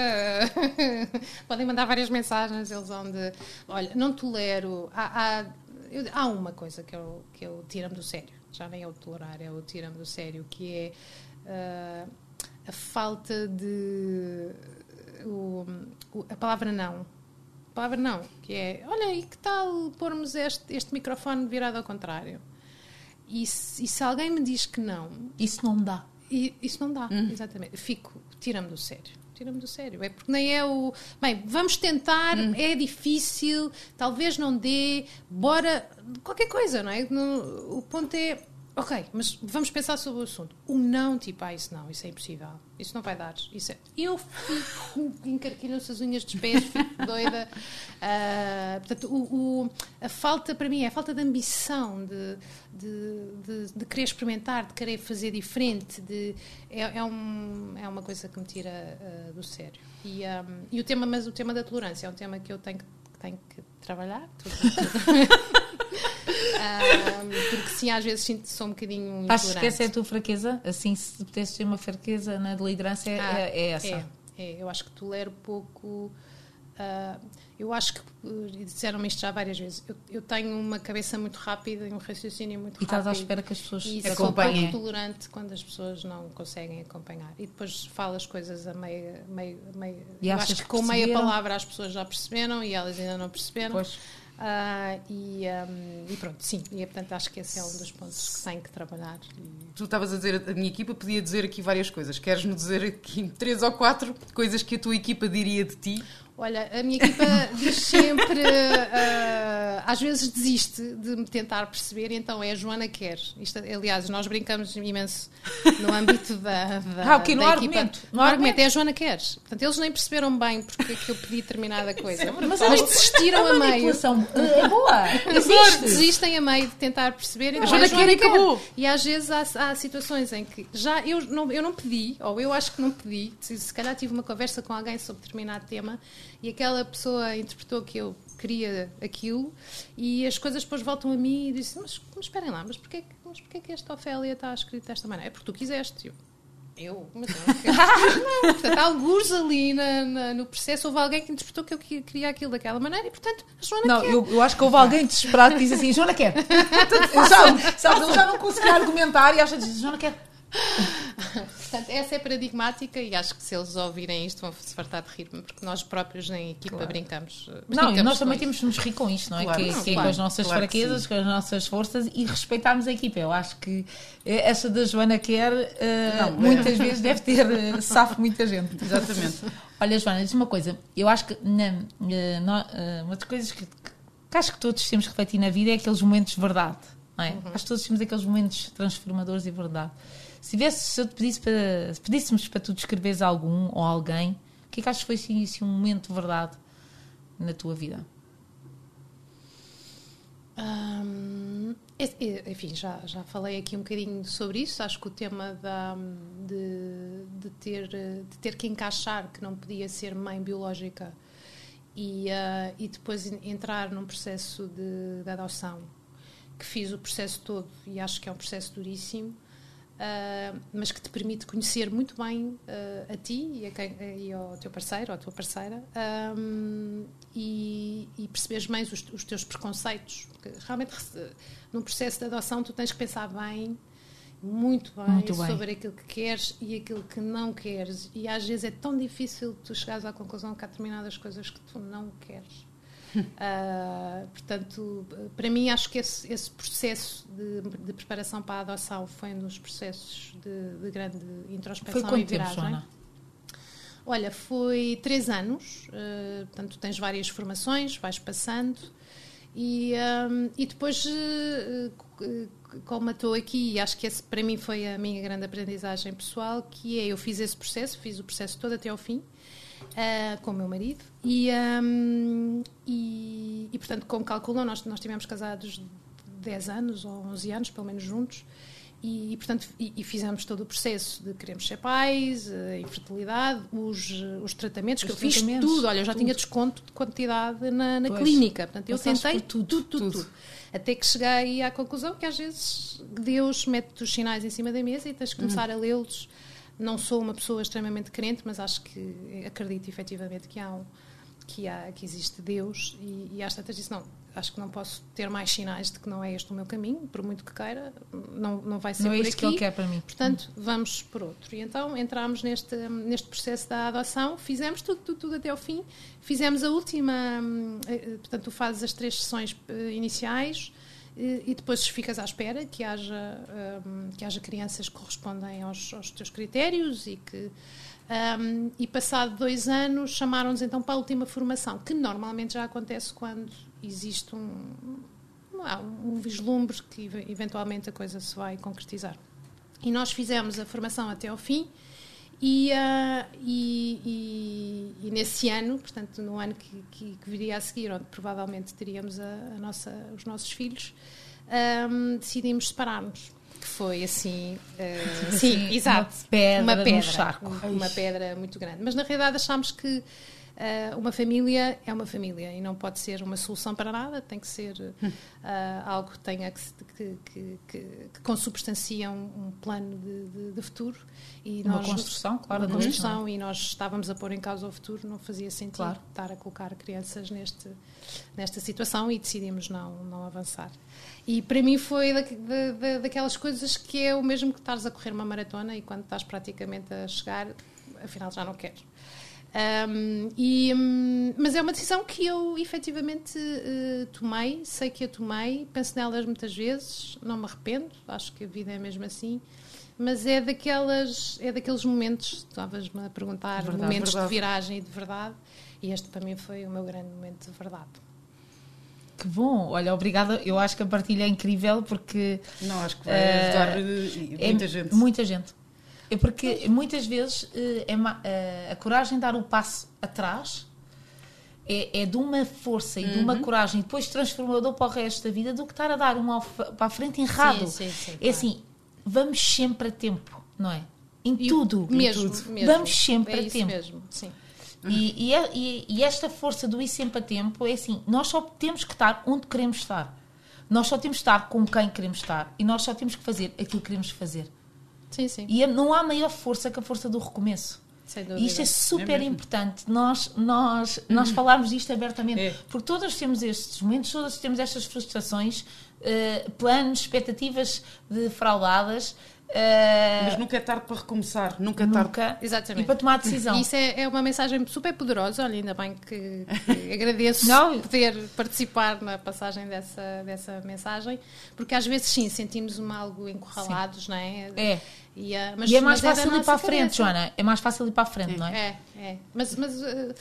pode podem mandar várias mensagens, eles vão de olha, não tolero há, há, eu, há uma coisa que eu, que eu tiro-me do sério, já nem é o tolerar, é o tiro-me do sério, que é uh, a falta de o, a palavra não a palavra não, que é olha, e que tal pormos este, este microfone virado ao contrário? E se, e se alguém me diz que não... Isso não me dá. E, isso não dá, hum. exatamente. Fico, tira-me do sério. Tira-me do sério. É porque nem é o... Bem, vamos tentar, hum. é difícil, talvez não dê, bora... Qualquer coisa, não é? No, o ponto é... Ok, mas vamos pensar sobre o assunto. O não, tipo, ah, isso não, isso é impossível. Isso não vai dar. Isso é... Eu fico, encarquilham-se as unhas dos pés, fico doida. Uh, portanto, o, o, a falta, para mim, é a falta de ambição, de, de, de, de querer experimentar, de querer fazer diferente. De, é, é, um, é uma coisa que me tira uh, do sério. E, um, e o tema, mas o tema da tolerância é um tema que eu tenho que, tenho que trabalhar. Um, porque sim, às vezes sinto, sou um bocadinho intolerante. Achas que essa é a tua fraqueza? Assim, se pudesses ter uma fraqueza na liderança, é, ah, é essa? É, é, eu acho que tolero pouco Uh, eu acho que, e disseram-me isto já várias vezes, eu, eu tenho uma cabeça muito rápida e um raciocínio muito e rápido. E estás à espera que as pessoas e acompanhem. sou pouco tolerante quando as pessoas não conseguem acompanhar. E depois falo as coisas a meio... meio, meio e eu acho que, que com meia palavra as pessoas já perceberam e elas ainda não perceberam. Pois. Uh, e, um, e pronto, sim, e portanto acho que esse é um dos pontos que tenho que trabalhar. Tu estavas a dizer, a minha equipa podia dizer aqui várias coisas. Queres-me dizer aqui três ou quatro coisas que a tua equipa diria de ti? Olha, a minha equipa diz sempre, uh, às vezes desiste de me tentar perceber, então é a Joana quer. Isto, aliás, nós brincamos imenso no âmbito da, da, ah, okay, da no equipa. Argumento. No, no argumento, é a Joana quer. Portanto, eles nem perceberam bem porque é que eu pedi determinada coisa. É mas, mas desistiram a, a meio. É boa. Existe. Desistem a meio de tentar perceber. Então, a Joana, é a Joana quer e acabou. E às vezes há, há situações em que já eu não, eu não pedi, ou eu acho que não pedi, se, se calhar tive uma conversa com alguém sobre determinado tema e aquela pessoa interpretou que eu queria aquilo e as coisas depois voltam a mim e dizem, mas, mas esperem lá, mas porquê, mas porquê que esta Ofélia está escrita desta maneira? É porque tu quiseste. Eu, eu mas eu não quero. Não, portanto, há alguns ali na, na, no processo, houve alguém que interpretou que eu queria aquilo daquela maneira e, portanto, a Joana não, quer. Eu, eu acho que houve alguém desesperado que diz assim, Joana quer. Sabe, sabe, ele já não conseguia argumentar e acha que diz, Joana quer. Portanto, essa é paradigmática e acho que se eles ouvirem isto vão se fartar de rir-me, porque nós próprios na equipa claro. brincamos, brincamos. Não, e nós também isso. temos de nos rir com isto, não é? Claro, que, não, que claro, é com as nossas claro fraquezas, com as nossas forças e respeitarmos a equipa. Eu acho que essa da Joana quer, uh, não, muitas é. vezes deve ter uh, safo muita gente. Exatamente. Olha, Joana, diz uma coisa. Eu acho que na, uh, no, uh, uma das coisas que, que acho que todos temos que refletir na vida é aqueles momentos de verdade. Não é? Uhum. Acho que todos temos aqueles momentos transformadores e verdade. Se, tivesse, se eu te pedisse para, se pedíssemos para tu descreveres algum ou alguém, o que é que achas que foi assim, assim, um momento de verdade na tua vida? Hum, enfim, já, já falei aqui um bocadinho sobre isso. Acho que o tema da, de, de, ter, de ter que encaixar que não podia ser mãe biológica e, uh, e depois entrar num processo de, de adoção, que fiz o processo todo e acho que é um processo duríssimo. Uh, mas que te permite conhecer muito bem uh, a ti e, a quem, e ao teu parceiro ou à tua parceira um, e, e perceberes bem os, os teus preconceitos, porque realmente num processo de adoção tu tens que pensar bem, muito bem, muito bem sobre aquilo que queres e aquilo que não queres, e às vezes é tão difícil tu chegares à conclusão que há determinadas coisas que tu não queres. Uh, portanto, para mim acho que esse, esse processo de, de preparação para a adoção foi um dos processos de, de grande introspecção. Foi quanto e viragem. tempo, Joana? Olha, foi três anos, uh, portanto tens várias formações, vais passando e, um, e depois uh, uh, como estou aqui, e acho que esse para mim foi a minha grande aprendizagem pessoal, que é, eu fiz esse processo, fiz o processo todo até ao fim, Uh, com o meu marido e, um, e, e portanto, como calculam, nós, nós tivemos casados dez anos ou onze anos, pelo menos juntos, e, e portanto e, e fizemos todo o processo de queremos ser pais, a infertilidade, os, os tratamentos, os que eu tratamentos, fiz tudo, olha, eu já tudo. tinha desconto de quantidade na, na clínica, portanto eu tentei tudo tudo, tudo, tudo, até que cheguei à conclusão que às vezes Deus mete os sinais em cima da mesa e tens que começar hum. a lê-los. Não sou uma pessoa extremamente crente, mas acho que acredito efetivamente que há um, que, há, que existe Deus e, e às tantas disse, não, acho que não posso ter mais sinais de que não é este o meu caminho, por muito que queira, não, não vai ser não por é aqui. isto que ele quer para mim. Portanto, hum. vamos por outro. E então entramos neste, neste processo da adoção, fizemos tudo, tudo, tudo até ao fim, fizemos a última, portanto, tu fazes as três sessões iniciais, e depois ficas à espera que haja, um, que haja crianças que correspondem aos, aos teus critérios e que um, e passado dois anos chamaram-nos então para a última formação, que normalmente já acontece quando existe um, um, um vislumbre que eventualmente a coisa se vai concretizar. E nós fizemos a formação até ao fim e, uh, e, e, e nesse ano, portanto no ano que, que, que viria a seguir, onde provavelmente teríamos a, a nossa, os nossos filhos, um, decidimos separar-nos, que foi assim, uh, sim, assim, exato, uma pedra, uma pedra, no saco. uma pedra muito grande, mas na realidade achámos que Uh, uma família é uma família e não pode ser uma solução para nada, tem que ser uh, algo que tenha que, que, que, que, que consubstancia um, um plano de, de, de futuro. E uma nós, construção, claro. Uma construção, e nós estávamos a pôr em causa o futuro, não fazia sentido claro. estar a colocar crianças neste, nesta situação, e decidimos não, não avançar. E para mim foi da, da, da, daquelas coisas que é o mesmo que estares a correr uma maratona e quando estás praticamente a chegar, afinal já não queres. Um, e, um, mas é uma decisão que eu efetivamente uh, tomei, sei que a tomei, penso nelas muitas vezes, não me arrependo, acho que a vida é mesmo assim, mas é daquelas, é daqueles momentos, estavas-me a perguntar, verdade, momentos verdade. de viragem e de verdade, e este para mim foi o meu grande momento de verdade. Que bom, olha, obrigada, eu acho que a partilha é incrível porque... Não, acho que vai ajudar uh, muita é, gente. Muita gente. É porque muitas vezes é, é, a coragem de dar o passo atrás é, é de uma força e uhum. de uma coragem depois transformador para o resto da vida do que estar a dar uma para a frente errado. Sim, sim, sim, é claro. Assim, vamos sempre a tempo, não é? Em e tudo. Mesmo, em tudo. mesmo. Vamos sempre é a isso tempo. Mesmo, sim. E, e, e, e esta força do ir sempre a tempo é assim, nós só temos que estar onde queremos estar. Nós só temos que estar com quem queremos estar. E nós só temos que fazer aquilo que queremos fazer. Sim, sim. E não há maior força que a força do recomeço. Sem dúvida. E isto é super é importante, nós, nós, nós falarmos disto abertamente, é. porque todos temos estes momentos, todos temos estas frustrações, uh, planos, expectativas defraudadas. Uh, Mas nunca é tarde para recomeçar, nunca é nunca, tarde. Exatamente. E para tomar a decisão. Isso é, é uma mensagem super poderosa, olha, ainda bem que, que agradeço não. poder participar na passagem dessa, dessa mensagem, porque às vezes sim, sentimos um algo encurralados, sim. Não é? É. E, uh, mas, e é mais mas fácil é ir para a frente, cabeça. Joana, é mais fácil ir para a frente, é. não é? É, é. Mas, mas uh,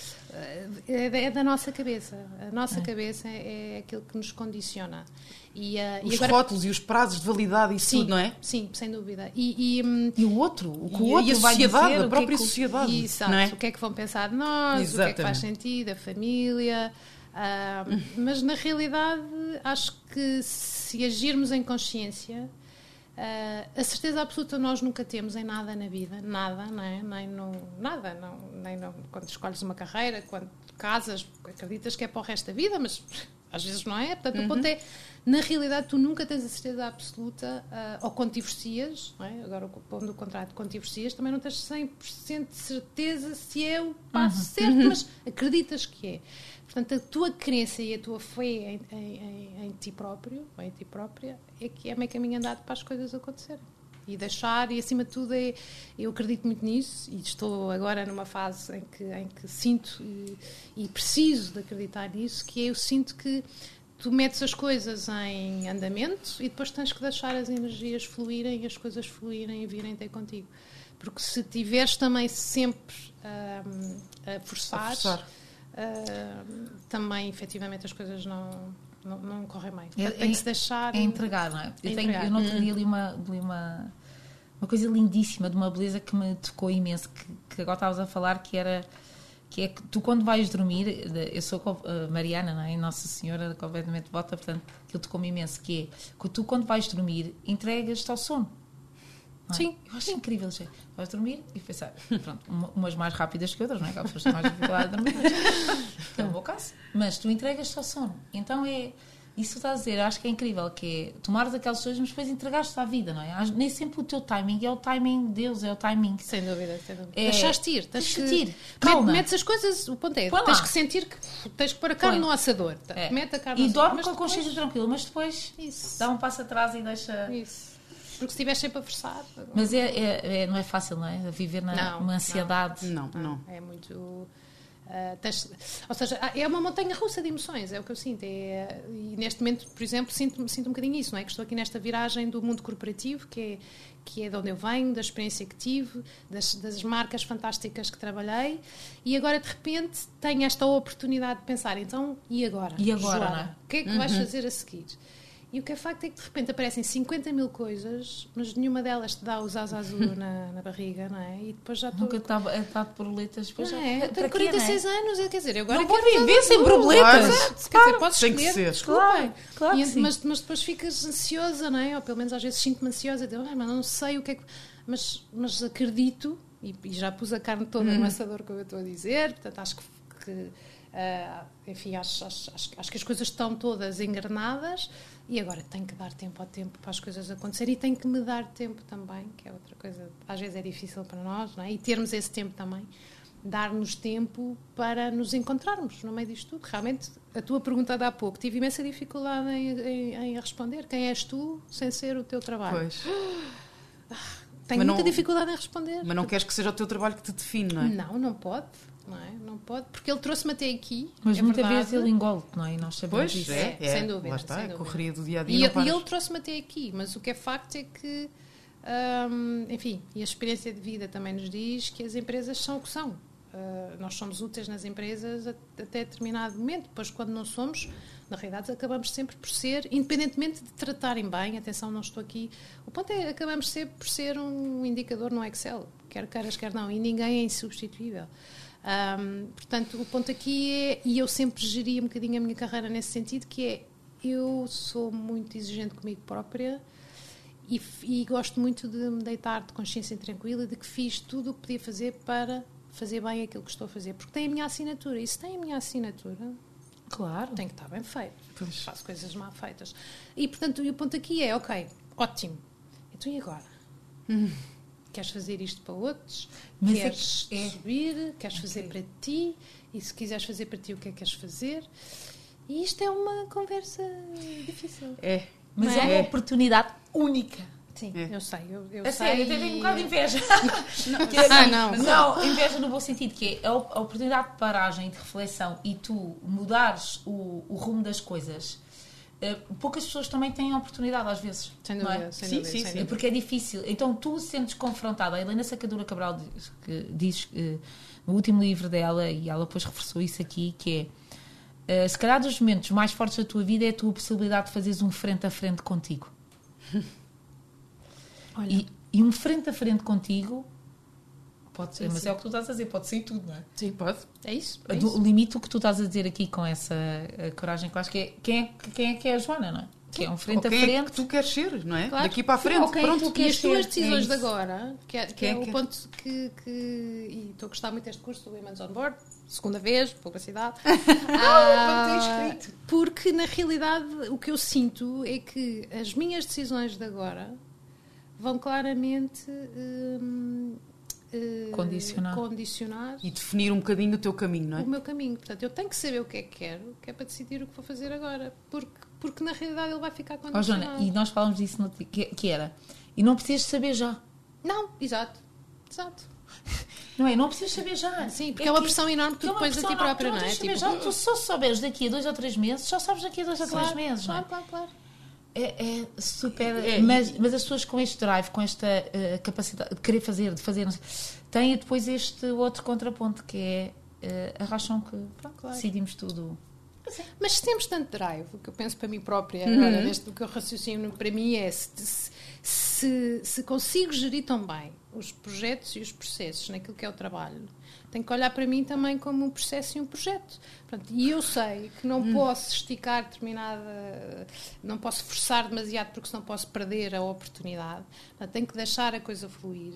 é, é da nossa cabeça, a nossa é. cabeça é aquilo que nos condiciona. E, uh, os e agora... rótulos e os prazos de validade e sim, tudo, não é? Sim, sem dúvida. E, e, um, e o outro, o que o e, outro e a vai sociedade, dizer, a própria o que é que, sociedade, exato, não é? O que é que vão pensar de nós, Exatamente. O que é que faz sentido, a família. Uh, mas na realidade, acho que se agirmos em consciência, uh, a certeza absoluta nós nunca temos em nada na vida, nada, não é? Nem no, nada, não, nem no, quando escolhes uma carreira, quando casas, acreditas que é para o resto da vida, mas às vezes não é. Portanto, uhum. o ponto é, na realidade, tu nunca tens a certeza absoluta, uh, ou quando divorcias, não é? Agora, pondo o contrato, quando divorcias, também não tens cem por cento de certeza se é o passo uhum. certo, uhum. mas acreditas que é. Portanto, a tua crença e a tua fé em, em, em, em ti próprio, ou em ti própria, é que é meio caminho andado para as coisas acontecerem. E deixar, e acima de tudo, é, eu acredito muito nisso, e estou agora numa fase em que, em que sinto e, e preciso de acreditar nisso, que é, eu sinto que tu metes as coisas em andamento e depois tens que deixar as energias fluírem e as coisas fluírem e virem ter contigo. Porque se tiveres também sempre um, a forçar, a forçar. Uh, também, efetivamente, as coisas não, não, não correm bem. É, tem que se deixar... É entregar, não é? Eu, é tenho, eu no outro dia li, uma, li uma, uma coisa lindíssima, de uma beleza que me tocou imenso, que, que agora estavas a falar, que era... que é que tu quando vais dormir, eu sou uh, Mariana, não é? Nossa Senhora completamente devota, portanto, aquilo tocou-me imenso, que é que tu quando vais dormir entregas-te ao sono. É? Sim. Eu acho incrível, já. Vais dormir e pensar, pronto, umas mais rápidas que outras, não é? Que há pessoas que têm mais dificuldade de dormir, mas, que é o meu caso. Mas tu entregas-te ao sono. Então é... Isso que estás a dizer, acho que é incrível, que é tomares aquelas coisas, mas depois entregaste à vida, não é? Nem sempre o teu timing é o timing de Deus, é o timing. Sem dúvida, sem dúvida. É, deixaste ir, tens que ir. Calma. Metes as coisas, o ponto é, tens que sentir que tens que pôr a carne Põe. no assador. É. Mete a carne e no dorme assador. com a consciência tranquila, mas depois Isso. dá um passo atrás e deixa. Isso. Porque se estiveres sempre a forçar. Mas é, é, é, não é fácil, não é? Viver na não, uma ansiedade. Não, não. não. É muito. Uh, tens, ou seja, é uma montanha russa de emoções, é o que eu sinto. É, e neste momento, por exemplo, sinto, sinto um bocadinho isso, não é? Que estou aqui nesta viragem do mundo corporativo, que é, que é de onde eu venho, da experiência que tive, das, das marcas fantásticas que trabalhei, e agora de repente tenho esta oportunidade de pensar, então, e agora? E agora, Joana, não é? O que é que uhum. vais fazer a seguir? E o que é facto é que de repente aparecem cinquenta mil coisas, mas nenhuma delas te dá os ás azul na, na barriga, não é? E depois já estou... Nunca estava atado por boletas. Depois não já... é? Eu tenho quarenta e seis é? anos, quer dizer, eu agora não vou quero viver sem borboletas. Claro, quer dizer, podes tem que escolher, ser. desculpem. Claro, claro e, que sim. Mas, mas depois ficas ansiosa, não é? Ou pelo menos às vezes sinto-me ansiosa, digo, ah, mas não sei o que é que... Mas, mas acredito, e, e já pus a carne toda hum. no assador, como eu estou a dizer, portanto acho que porque, uh, enfim, acho, acho, acho, acho que as coisas estão todas engrenadas e agora tenho que dar tempo ao tempo para as coisas acontecerem e tenho que me dar tempo também, que é outra coisa, às vezes é difícil para nós, não é? E termos esse tempo também, dar-nos tempo para nos encontrarmos no meio disto tudo. Realmente, a tua pergunta de há pouco, tive imensa dificuldade em, em, em responder. Quem és tu sem ser o teu trabalho? Pois. Tenho Mas muita não- dificuldade em responder. Mas não queres que seja o teu trabalho que te define, não é? Não, não pode. Não, é? Não pode, porque ele trouxe-me até aqui. Mas é muitas verdade. vezes ele engole, não é? E nós sabemos Pois, disso. é, É, é. sem dúvida, Lá está, sem é a dúvida. correria do dia a dia. E, não ele- paras. e ele trouxe-me até aqui, mas o que é facto é que, hum, enfim, e a experiência de vida também nos diz que as empresas são o que são. Uh, nós somos úteis nas empresas a- até determinado momento, depois quando não somos, na realidade acabamos sempre por ser, independentemente de tratarem bem, atenção, não estou aqui, o ponto é que acabamos sempre por ser um indicador no Excel, quer queiras, quer não, e ninguém é insubstituível. Um, portanto, o ponto aqui é, e eu sempre geri um bocadinho a minha carreira nesse sentido, que é, eu sou muito exigente comigo própria e, f- e gosto muito de me deitar de consciência tranquila de que fiz tudo o que podia fazer para fazer bem aquilo que estou a fazer, porque tem a minha assinatura, e se tem a minha assinatura, Claro. tem que estar bem feito. Pois. Faço coisas mal feitas. E, portanto, e o ponto aqui é, ok, ótimo, então e agora? Queres fazer isto para outros? Mas é queres que- é. subir? Queres fazer para ti? E se quiseres fazer para ti, o que é que queres fazer? E isto é uma conversa difícil. É. Mas Não é é? uma oportunidade única. Sim, É. eu sei. Eu, eu A sei sério, até tenho um bocado de inveja. Ah, não. Não, inveja no bom sentido, que é a op- a oportunidade de paragem, de reflexão e tu mudares o, o rumo das coisas. Eh, poucas pessoas também têm a oportunidade às vezes. Sem não dúvida, é? sem Sim, dúvida. sim, sem sim. É dúvida. porque é difícil. Então tu sentes confrontada. A Helena Sacadura Cabral diz, que, diz eh, no último livro dela, e ela depois reforçou isso aqui, que é eh, se calhar dos momentos mais fortes da tua vida é a tua possibilidade de fazeres um frente a frente contigo. Olha, E, e um frente a frente contigo pode ser, Sim, mas sim. é o que tu estás a dizer, pode ser tudo, não é? Sim, pode. é isso? É Do- isso? O limite o que tu estás a dizer aqui com essa eh, coragem que eu acho que é quem, é quem é que é a Joana, não é? Que é um frente Ou a quem é frente. que tu queres ser, não é? Claro. Daqui para a Sim, frente, ou quem pronto. tu E as queres tuas ser, é decisões de isso. agora, que é, que Quem é é o que- ponto que, que. E estou a gostar muito deste curso do Women's on Board, segunda vez, publicidade. Ah, porque na realidade o que eu sinto é que as minhas decisões de agora vão claramente hum, eh, Condicionar. condicionar E definir um bocadinho o teu caminho, não é? o meu caminho. Portanto, eu tenho que saber o que é que quero, que é para decidir o que vou fazer agora. Porque, porque na realidade ele vai ficar Ó condicionado. Joana, e nós falamos disso no, que, que era. E não precisas saber já. Não, exato. Exato. Não é? Não precisas saber já. Sim, porque é uma pressão enorme que tu é uma pões a ti pressão própria, enorme, não é? Tu, não tens de saber Tipo, já. Tu só souberes daqui a dois ou três meses, só sabes daqui a dois ou claro, três meses, não é? claro, claro, claro. É, é super. É, mas, mas as pessoas com este drive, com esta eh, capacidade de querer fazer, de fazer, não sei, têm depois este outro contraponto que é eh, arracham que pronto, Claro. decidimos tudo. Mas se temos tanto drive, o que eu penso para mim própria, Uhum. agora, neste, o que eu raciocino para mim é se, se, se, se consigo gerir tão bem os projetos e os processos naquilo que é o trabalho, tenho que olhar para mim também como um processo e um projeto. Portanto, e eu sei que não posso esticar determinada, não posso forçar demasiado porque senão posso perder a oportunidade. Portanto, tenho que deixar a coisa fluir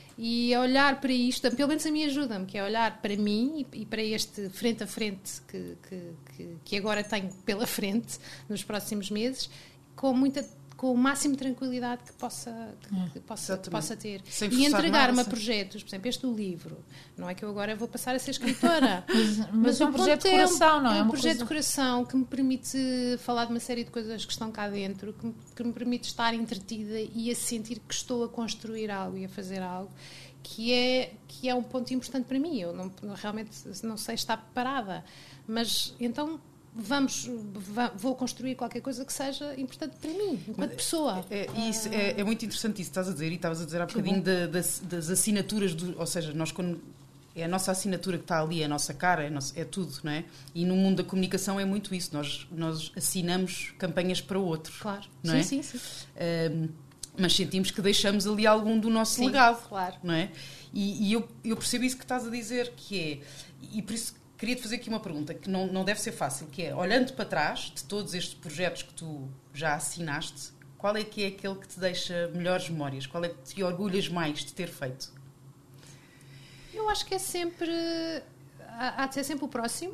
e olhar para isto, pelo menos a mim ajuda-me, que é olhar para mim e, e para este frente a frente que, que, que, que agora tenho pela frente nos próximos meses, com muita com o máximo de tranquilidade que possa, que, que possa, que possa ter. Sem E forçar entregar-me nada, a sim. projetos, por exemplo, este do livro. Não é que eu agora vou passar a ser escritora. Mas, mas é o um projeto ponto de coração, não é? É um uma projeto coisa... de coração que me permite falar de uma série de coisas que estão cá dentro, que me, que me permite estar entretida e a sentir que estou a construir algo e a fazer algo, que é, que é um ponto importante para mim. Eu não, realmente não sei estar preparada. Mas então vamos, va- vou construir qualquer coisa que seja importante para mim, enquanto pessoa. É, é isso, é, é muito interessante isso que estás a dizer, e estavas a dizer há bocadinho da- das, das assinaturas, do, ou seja, nós quando é a nossa assinatura que está ali, é a nossa cara, é, nosso- é tudo, não é? E no mundo da comunicação é muito isso, nós, nós assinamos campanhas para outros, Claro. não sim, é? sim, sim. Ahm, mas sentimos que deixamos ali algum do nosso Sim, legado, claro. não é? E, e eu, eu percebo isso que estás a dizer, que é, e por isso queria-te fazer aqui uma pergunta que não, não deve ser fácil, que é, olhando para trás de todos estes projetos que tu já assinaste, qual é que é aquele que te deixa melhores memórias? Qual é que te orgulhas mais de ter feito? Eu acho que é sempre. há, há de ser sempre o próximo.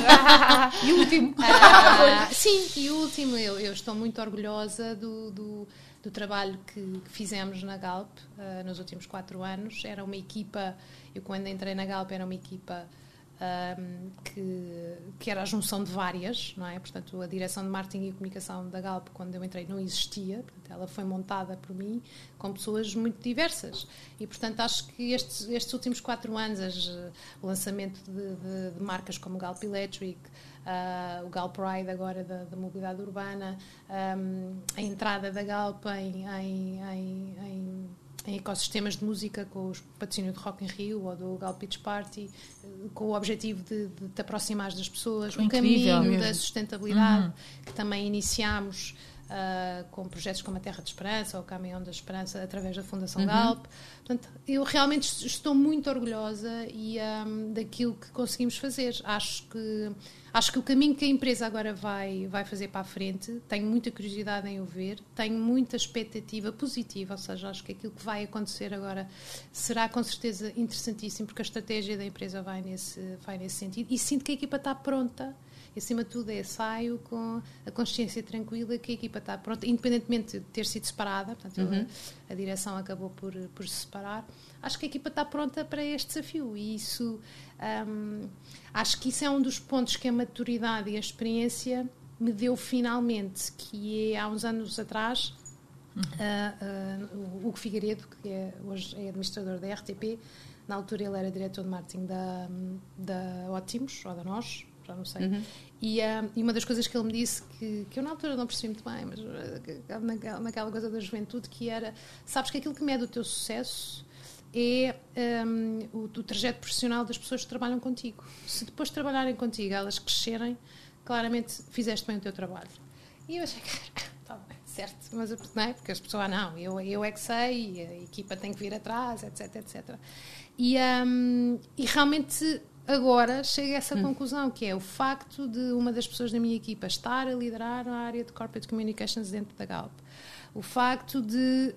E o último. Ah, sim, e o último. Eu, eu estou muito orgulhosa do, do, do trabalho que, que fizemos na Galp uh, nos últimos quatro anos. Era uma equipa, eu quando entrei na Galp era uma equipa um, que, que era a junção de várias, não é? Portanto, a direção de marketing e comunicação da Galp, quando eu entrei, não existia. Portanto, ela foi montada por mim com pessoas muito diversas. E, portanto, acho que estes, estes últimos quatro anos, as, o lançamento de, de, de marcas como Galp Electric, uh, o Galp Ride agora da, da mobilidade urbana, um, a entrada da Galp em, em, em, em em ecossistemas de música, com o patrocínio de Rock in Rio ou do Galp Beach Party, com o objetivo de, de te aproximar das pessoas, o caminho mesmo da sustentabilidade, uhum. que também iniciámos uh, com projetos como a Terra de Esperança ou o Caminhão da Esperança através da Fundação uhum. Galp. Portanto, eu realmente estou muito orgulhosa e, um, daquilo que conseguimos fazer. Acho que, acho que o caminho que a empresa agora vai, vai fazer para a frente, tenho muita curiosidade em o ver, tenho muita expectativa positiva, ou seja, acho que aquilo que vai acontecer agora será com certeza interessantíssimo, porque a estratégia da empresa vai nesse, vai nesse sentido, e sinto que a equipa está pronta. E, acima de tudo, é saio com a consciência tranquila que a equipa está pronta, independentemente de ter sido separada, portanto, uhum. a, a direção acabou por, por se separar. Acho que a equipa está pronta para este desafio e isso, um, acho que isso é um dos pontos que a maturidade e a experiência me deu finalmente, que é há uns anos atrás, uhum. uh, uh, o Hugo Figueiredo, que é, hoje é administrador da R T P, na altura ele era diretor de marketing da, da Ótimos, ou da Nós, já não sei. Uhum. E, uh, e uma das coisas que ele me disse, que, que eu na altura não percebi muito bem, mas uh, naquela, naquela coisa da juventude, que era, sabes que aquilo que mede o teu sucesso é um, o, o trajeto profissional das pessoas que trabalham contigo. Se depois de trabalharem contigo elas crescerem, claramente fizeste bem o teu trabalho. E eu achei que está bem, certo, mas não é? Porque as pessoas, ah, não, eu, eu é que sei, a equipa tem que vir atrás, etc, etcétera. E, um, e realmente agora chega a essa hum. conclusão, que é o facto de uma das pessoas da minha equipa estar a liderar a área de Corporate Communications dentro da Galp. O facto de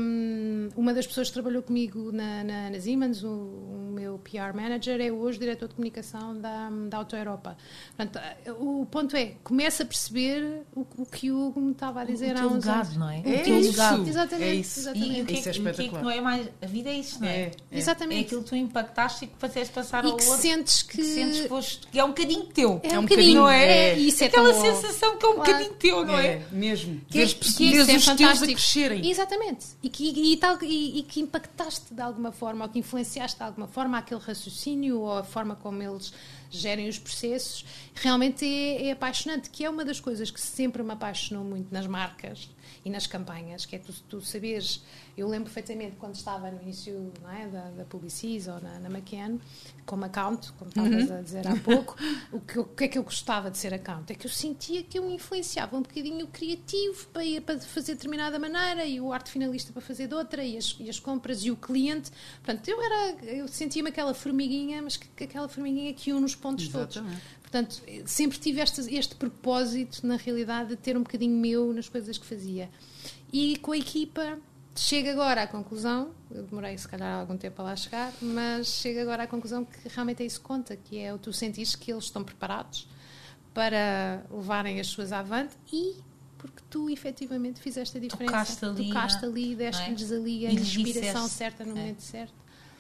um, uma das pessoas que trabalhou comigo na, na, na Siemens, o, o meu P R Manager, é hoje diretor de comunicação da, da Auto Europa. Portanto, o ponto é, começa a perceber o, o que o Hugo me estava a dizer há uns anos. O teu legado, não é? É o teu isso. legado. Exatamente. É isso. Exatamente. E o que, isso é o que é que não é mais... A vida é isso, não é? É, é. Exatamente. É aquilo que tu impactaste e que fazes passar e ao que outro. Sentes que... que sentes que, foste, que é um bocadinho teu. É, é um um bocadinho, bocadinho, é. é. Isso é Aquela tão sensação que é um claro. bocadinho teu, não é? É, mesmo. Que, Vês, que, que vês é os teus a crescerem. Exatamente. E que, e, tal, e, e que impactaste de alguma forma, ou que influenciaste de alguma forma aquele raciocínio ou a forma como eles gerem os processos. Realmente é, é apaixonante, que é uma das coisas que sempre me apaixonou muito nas marcas e nas campanhas, que é tu, tu saberes. Eu lembro perfeitamente quando estava no início, não é, da, da Publicis ou na, na McCann, como account, como estavas uhum. a dizer há pouco, o, que, o que é que eu gostava de ser account? É que eu sentia que eu influenciava um bocadinho o criativo para, ir, para fazer de determinada maneira e o arte finalista para fazer de outra e as, e as compras e o cliente. Portanto, eu, era, eu sentia-me aquela formiguinha, mas que, que aquela formiguinha que une os pontos Exatamente. Todos. Portanto, sempre tive este, este propósito, na realidade, de ter um bocadinho meu nas coisas que fazia. E com a equipa, chego agora à conclusão, eu demorei se calhar algum tempo a lá chegar, mas chego agora à conclusão que realmente é isso que conta, que é o tu sentires que eles estão preparados para levarem as suas avante e porque tu efetivamente fizeste a diferença. Tocaste ali, Tocaste ali, deste-lhes é? ali a e inspiração certa no é. momento certo.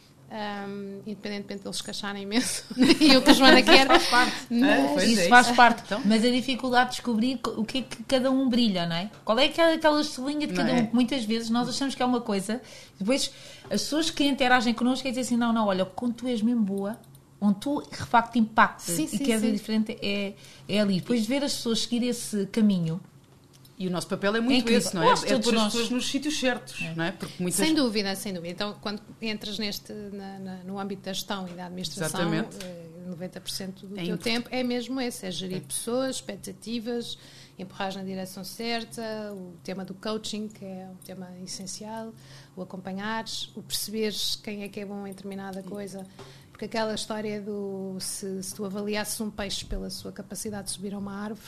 Um, independentemente de eles se queixarem imenso e o que a Joana quer faz parte. Mas... isso faz parte então. Mas a dificuldade de descobrir o que é que cada um brilha, não é? Qual é aquela, aquela estrelinha de cada um, que muitas vezes nós achamos que é uma coisa, depois as pessoas que interagem connosco dizem assim, não, não, olha, quando tu és mesmo boa, onde tu de facto impactas sim, e sim, queres sim. ver diferente é, é ali, depois de ver as pessoas seguir esse caminho. E o nosso papel é muito é esse, não é? Nós, é pôr nós. as pessoas nos sítios certos, é. não é? Porque muitas... Sem dúvida, sem dúvida. Então, quando entras neste, na, na, no âmbito da gestão e da administração, Exatamente. noventa por cento do é teu importante. tempo é mesmo esse, é gerir é. pessoas, expectativas, empurrar na direção certa, o tema do coaching, que é um tema essencial, o acompanhares, o perceberes quem é que é bom em determinada coisa. Porque aquela história do se, se tu avaliasses um peixe pela sua capacidade de subir a uma árvore,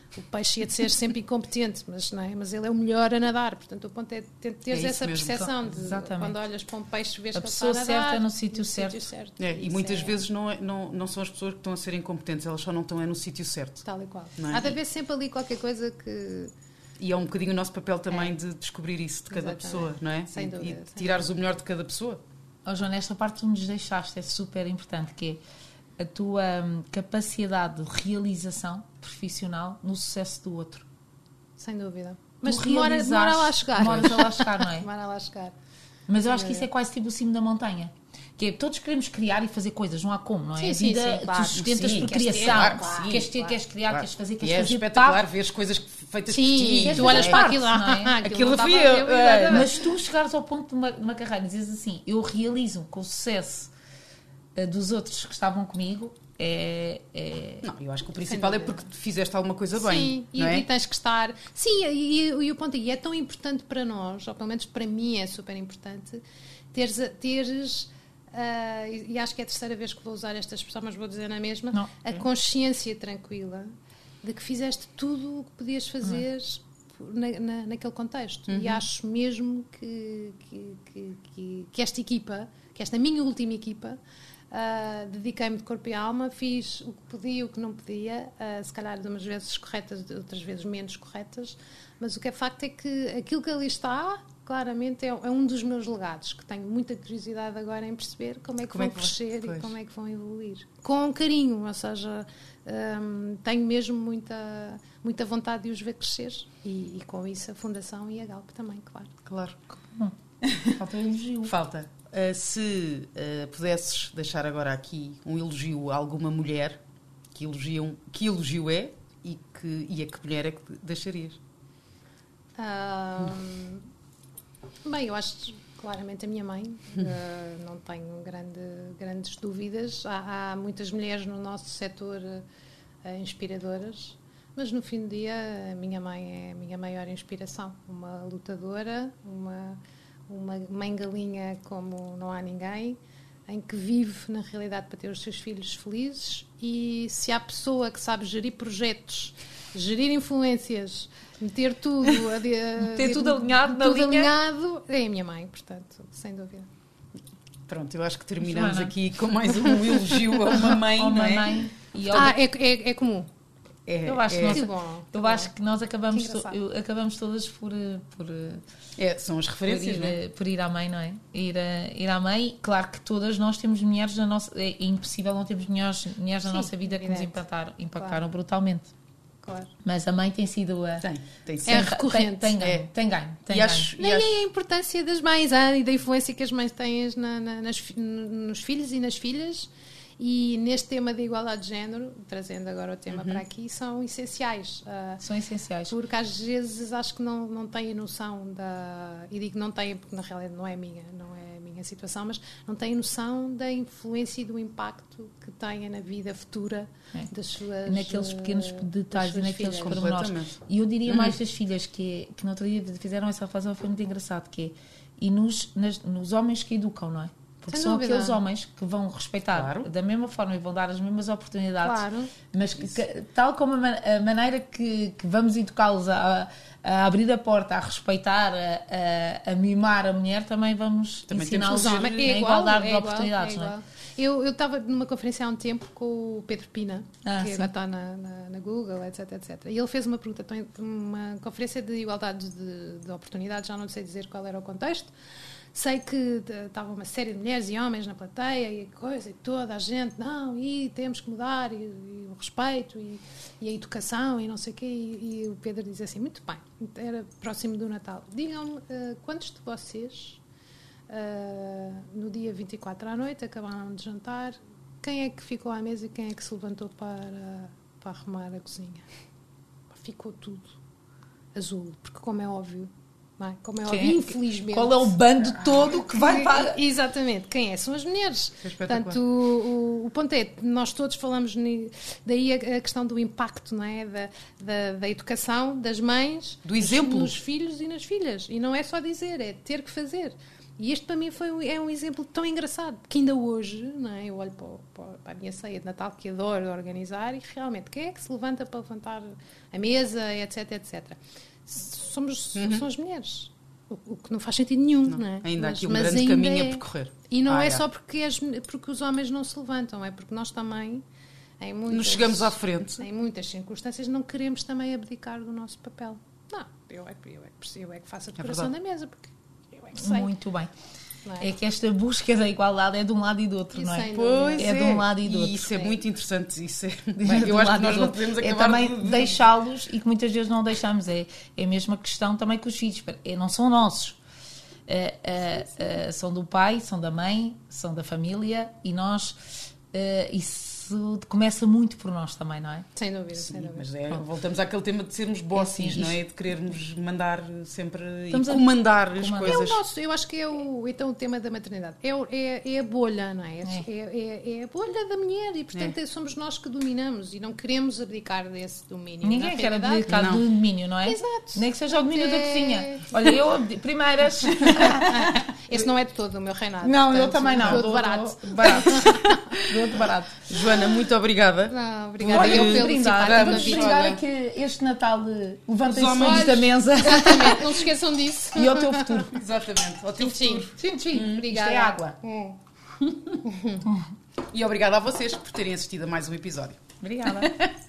o peixe ia de ser sempre incompetente, mas, não é? Mas ele é o melhor a nadar. Portanto, o ponto é teres É essa mesmo. percepção de Exatamente. quando olhas para um peixe, vês A que ele pessoa está a nadar. certa no sítio certo. certo. É, e Isso muitas é vezes não, é- não, não são as pessoas que estão a ser incompetentes, elas só não estão é no sítio certo. Tal e qual. Não é? Há de haver sempre ali qualquer coisa que... E é um bocadinho o nosso papel também É. de descobrir isso de cada Exatamente. pessoa, não é? Sem E- dúvida, E sem tirares o melhor de cada pessoa. Oh, Joana, esta parte tu nos deixaste é super importante, que é a tua hum, capacidade de realização profissional no sucesso do outro. Sem dúvida. Tu Mas demora, realizares- demora a lá chegar. Demoras a lá chegar, não é? Demora a lá chegar. Mas eu acho que isso é quase tipo o cimo da montanha. Que é, todos queremos criar e fazer coisas, não há como, não é? Sim, a sim, vida sim, claro. tu sustentas Sim, por queres ter, criação. claro que sim, queres ter, claro. queres criar, Claro. queres fazer, E queres é fazer. espetacular pá, ver as coisas feitas Sim, por ti. tu não olhas é? para aquilo lá. não é? Aquilo não fui estava a eu, ver, é. exatamente. Mas tu chegares ao ponto de uma, de uma carreira e dizes assim, eu realizo com o sucesso eh, dos outros que estavam comigo, é... é... Não, eu acho que o principal é dúvida. porque fizeste alguma coisa bem. Sim, e, não é? e tens que estar. Sim, e, e, e o ponto aí é tão importante para nós, ou pelo menos para mim é super importante, teres. teres ah, e, e acho que é a terceira vez que vou usar esta expressão, mas vou dizer na mesma, Não, a é. consciência tranquila de que fizeste tudo o que podias fazer na, na, naquele contexto. Uhum. E acho mesmo que, que, que, que, que esta equipa, que esta minha última equipa, Uh, dediquei-me de corpo e alma, fiz o que podia, o que não podia, uh, se calhar de umas vezes corretas, de outras vezes menos corretas, mas o que é facto é que aquilo que ali está, claramente é, é um dos meus legados, que tenho muita curiosidade agora em perceber como é que Como é vão que vai- crescer pois. e como é que vão evoluir. Com carinho, ou seja, um, tenho mesmo muita, muita vontade de os ver crescer e, e com isso a Fundação e a Galp também, claro. Claro. Falta um elogio. Falta. Uh, se uh, pudesses deixar agora aqui um elogio a alguma mulher, que, elogiam, que elogio é e, que, e a que mulher é que deixarias? Ahm, bem, eu acho claramente a minha mãe, uh, não tenho grande, grandes dúvidas. Há, há muitas mulheres no nosso setor uh, inspiradoras, mas no fim do dia a minha mãe é a minha maior inspiração. Uma lutadora, uma, uma mãe galinha como não há ninguém, em que vive na realidade para ter os seus filhos felizes, e se há pessoa que sabe gerir projetos, gerir influências, meter tudo, a de, Ter tudo alinhado na tudo linha. alinhado, é a minha mãe, portanto, sem dúvida. Pronto, eu acho que terminamos Joana. aqui com mais um elogio a uma mãe, Ou não é? mamãe e ao- Ah, é, é, é comum. É, Eu acho que é, nós- Que bom. Eu acho que nós acabamos, Que to- engraçado. eu- acabamos todas por, eh, por, eh, é, são as por, referências, ir, não é? eh, por ir à mãe, não é? Ir, a- ir à mãe, claro que todas nós temos mulheres na nossa. É impossível não termos mulheres, mulheres na Sim, nossa vida que nos evidente. impactaram, impactaram Claro. brutalmente. Claro. Mas a mãe tem sido a. Tem, tem É sempre. recorrente. Tem, tem ganho, É. tem ganho. Tem E acho, ganho. e Nem acho- é a importância das mães ah, e da influência que as mães têm na, na, nas, fi- nos filhos e nas filhas. E neste tema de igualdade de género, trazendo agora o tema para aqui, são essenciais. ah, São essenciais. Porque às vezes acho que não, não têm noção da. E digo não têm porque na realidade não é minha, não é a minha situação, mas não têm noção da influência e do impacto que têm na vida futura É. das suas. Naqueles pequenos eh, detalhes e das suas naqueles filhas. pormenores. Completamente. E eu diria mais das filhas, que, que no outro dia fizeram essa reflexão, foi muito engraçado, que é, e nos, nas- nos homens que educam, não é? Porque Sem são dúvida. aqueles homens que vão respeitar Claro. da mesma forma e vão dar as mesmas oportunidades, Claro. mas que, que- tal como a, ma- a maneira que, que vamos educá-los a, a abrir a porta, a respeitar, a, a- a mimar a mulher, também vamos Também temos ensiná-los que na usar. Mas igualdade de igual, oportunidades, é não é? igual. Eu eu estava numa conferência há um tempo com o Pedro Pina, Ah, que sim. agora está na, na, na Google, etc, etcétera. E ele fez uma pergunta, então, uma conferência de igualdade de, de oportunidades, já não sei dizer qual era o contexto. Sei que de- estava uma série de mulheres e homens na plateia e coisa, e toda a gente, não, e temos que mudar, e, e o respeito, e, e a educação, e não sei o quê. E, e o Pedro diz assim, muito bem, era próximo do Natal. Digam-me, eh, quantos de vocês, eh, no dia vinte e quatro à noite, acabaram de jantar, quem é que ficou à mesa e quem é que se levantou para, para arrumar a cozinha? Ficou tudo azul, porque como é óbvio, não é? Como é Quem óbvio, é- infelizmente... Qual é o bando todo que vai para... Exatamente, quem é? São as mulheres. É espetacular. Portanto, o, o, o ponto é, nós todos falamos, ni- daí a, a questão do impacto, não é? Da, da, da educação das mães, Do exemplo. nos filhos e nas filhas. E não é só dizer, é ter que fazer. E este para mim foi, é um exemplo tão engraçado, que ainda hoje, não é? Eu olho para, o, para a minha ceia de Natal, que adoro organizar, e realmente, quem é que se levanta para levantar a mesa, etc, etcétera. Somos, uhum. são as mulheres. O, o que não faz sentido nenhum, não, não é? Ainda há mas, aqui um mas grande caminho é, a percorrer. E não ah, é, é só porque, as, porque os homens não se levantam, é porque nós também, em muitas, nos chegamos à frente. Em muitas circunstâncias, não queremos também abdicar do nosso papel. Não, eu é, eu é, eu é que faço a decoração é da mesa, porque eu é que sei. Muito bem. É? é que esta busca da igualdade é de um lado e do outro, isso não é? Pois é, é de um lado e do e outro. isso é, é muito interessante. Isso é... Bem, eu um acho que nós não podemos acabar é também de... deixá-los, e que muitas vezes não deixamos. É, é a mesma questão também com os filhos. É, não são nossos. É, é, é, são do pai, são da mãe, são da família, e nós... É, isso começa muito por nós também, não é? Sem dúvida, Sim, sem dúvida. Mas é, voltamos àquele tema de sermos bosses, é, não é? De querermos mandar sempre Estamos e comandar a... as comandar. coisas. É o nosso, eu acho que é o, então, o tema da maternidade. É, é, é a bolha, não é? É, é. É, é a bolha da mulher e, portanto, é. somos nós que dominamos e não queremos abdicar desse domínio. Ninguém quer abdicar do domínio, não é? Exato. Nem que seja o domínio é... da cozinha. Olha, eu abdi... primeiras... Esse não é de todo o meu reinado. Não, portanto, eu também não. Dou barato. Do barato. Do barato. Joana, muito obrigada. Não, obrigada. Olha, eu pelo brindar, participar vamos brindar a que este Natal levantem-se da mesa. Exatamente, não se esqueçam disso. E ao teu futuro. Exatamente, ao teu sim, futuro. Sim, sim. Hum, obrigada. Isto é água. Hum. E obrigada a vocês por terem assistido a mais um episódio. Obrigada.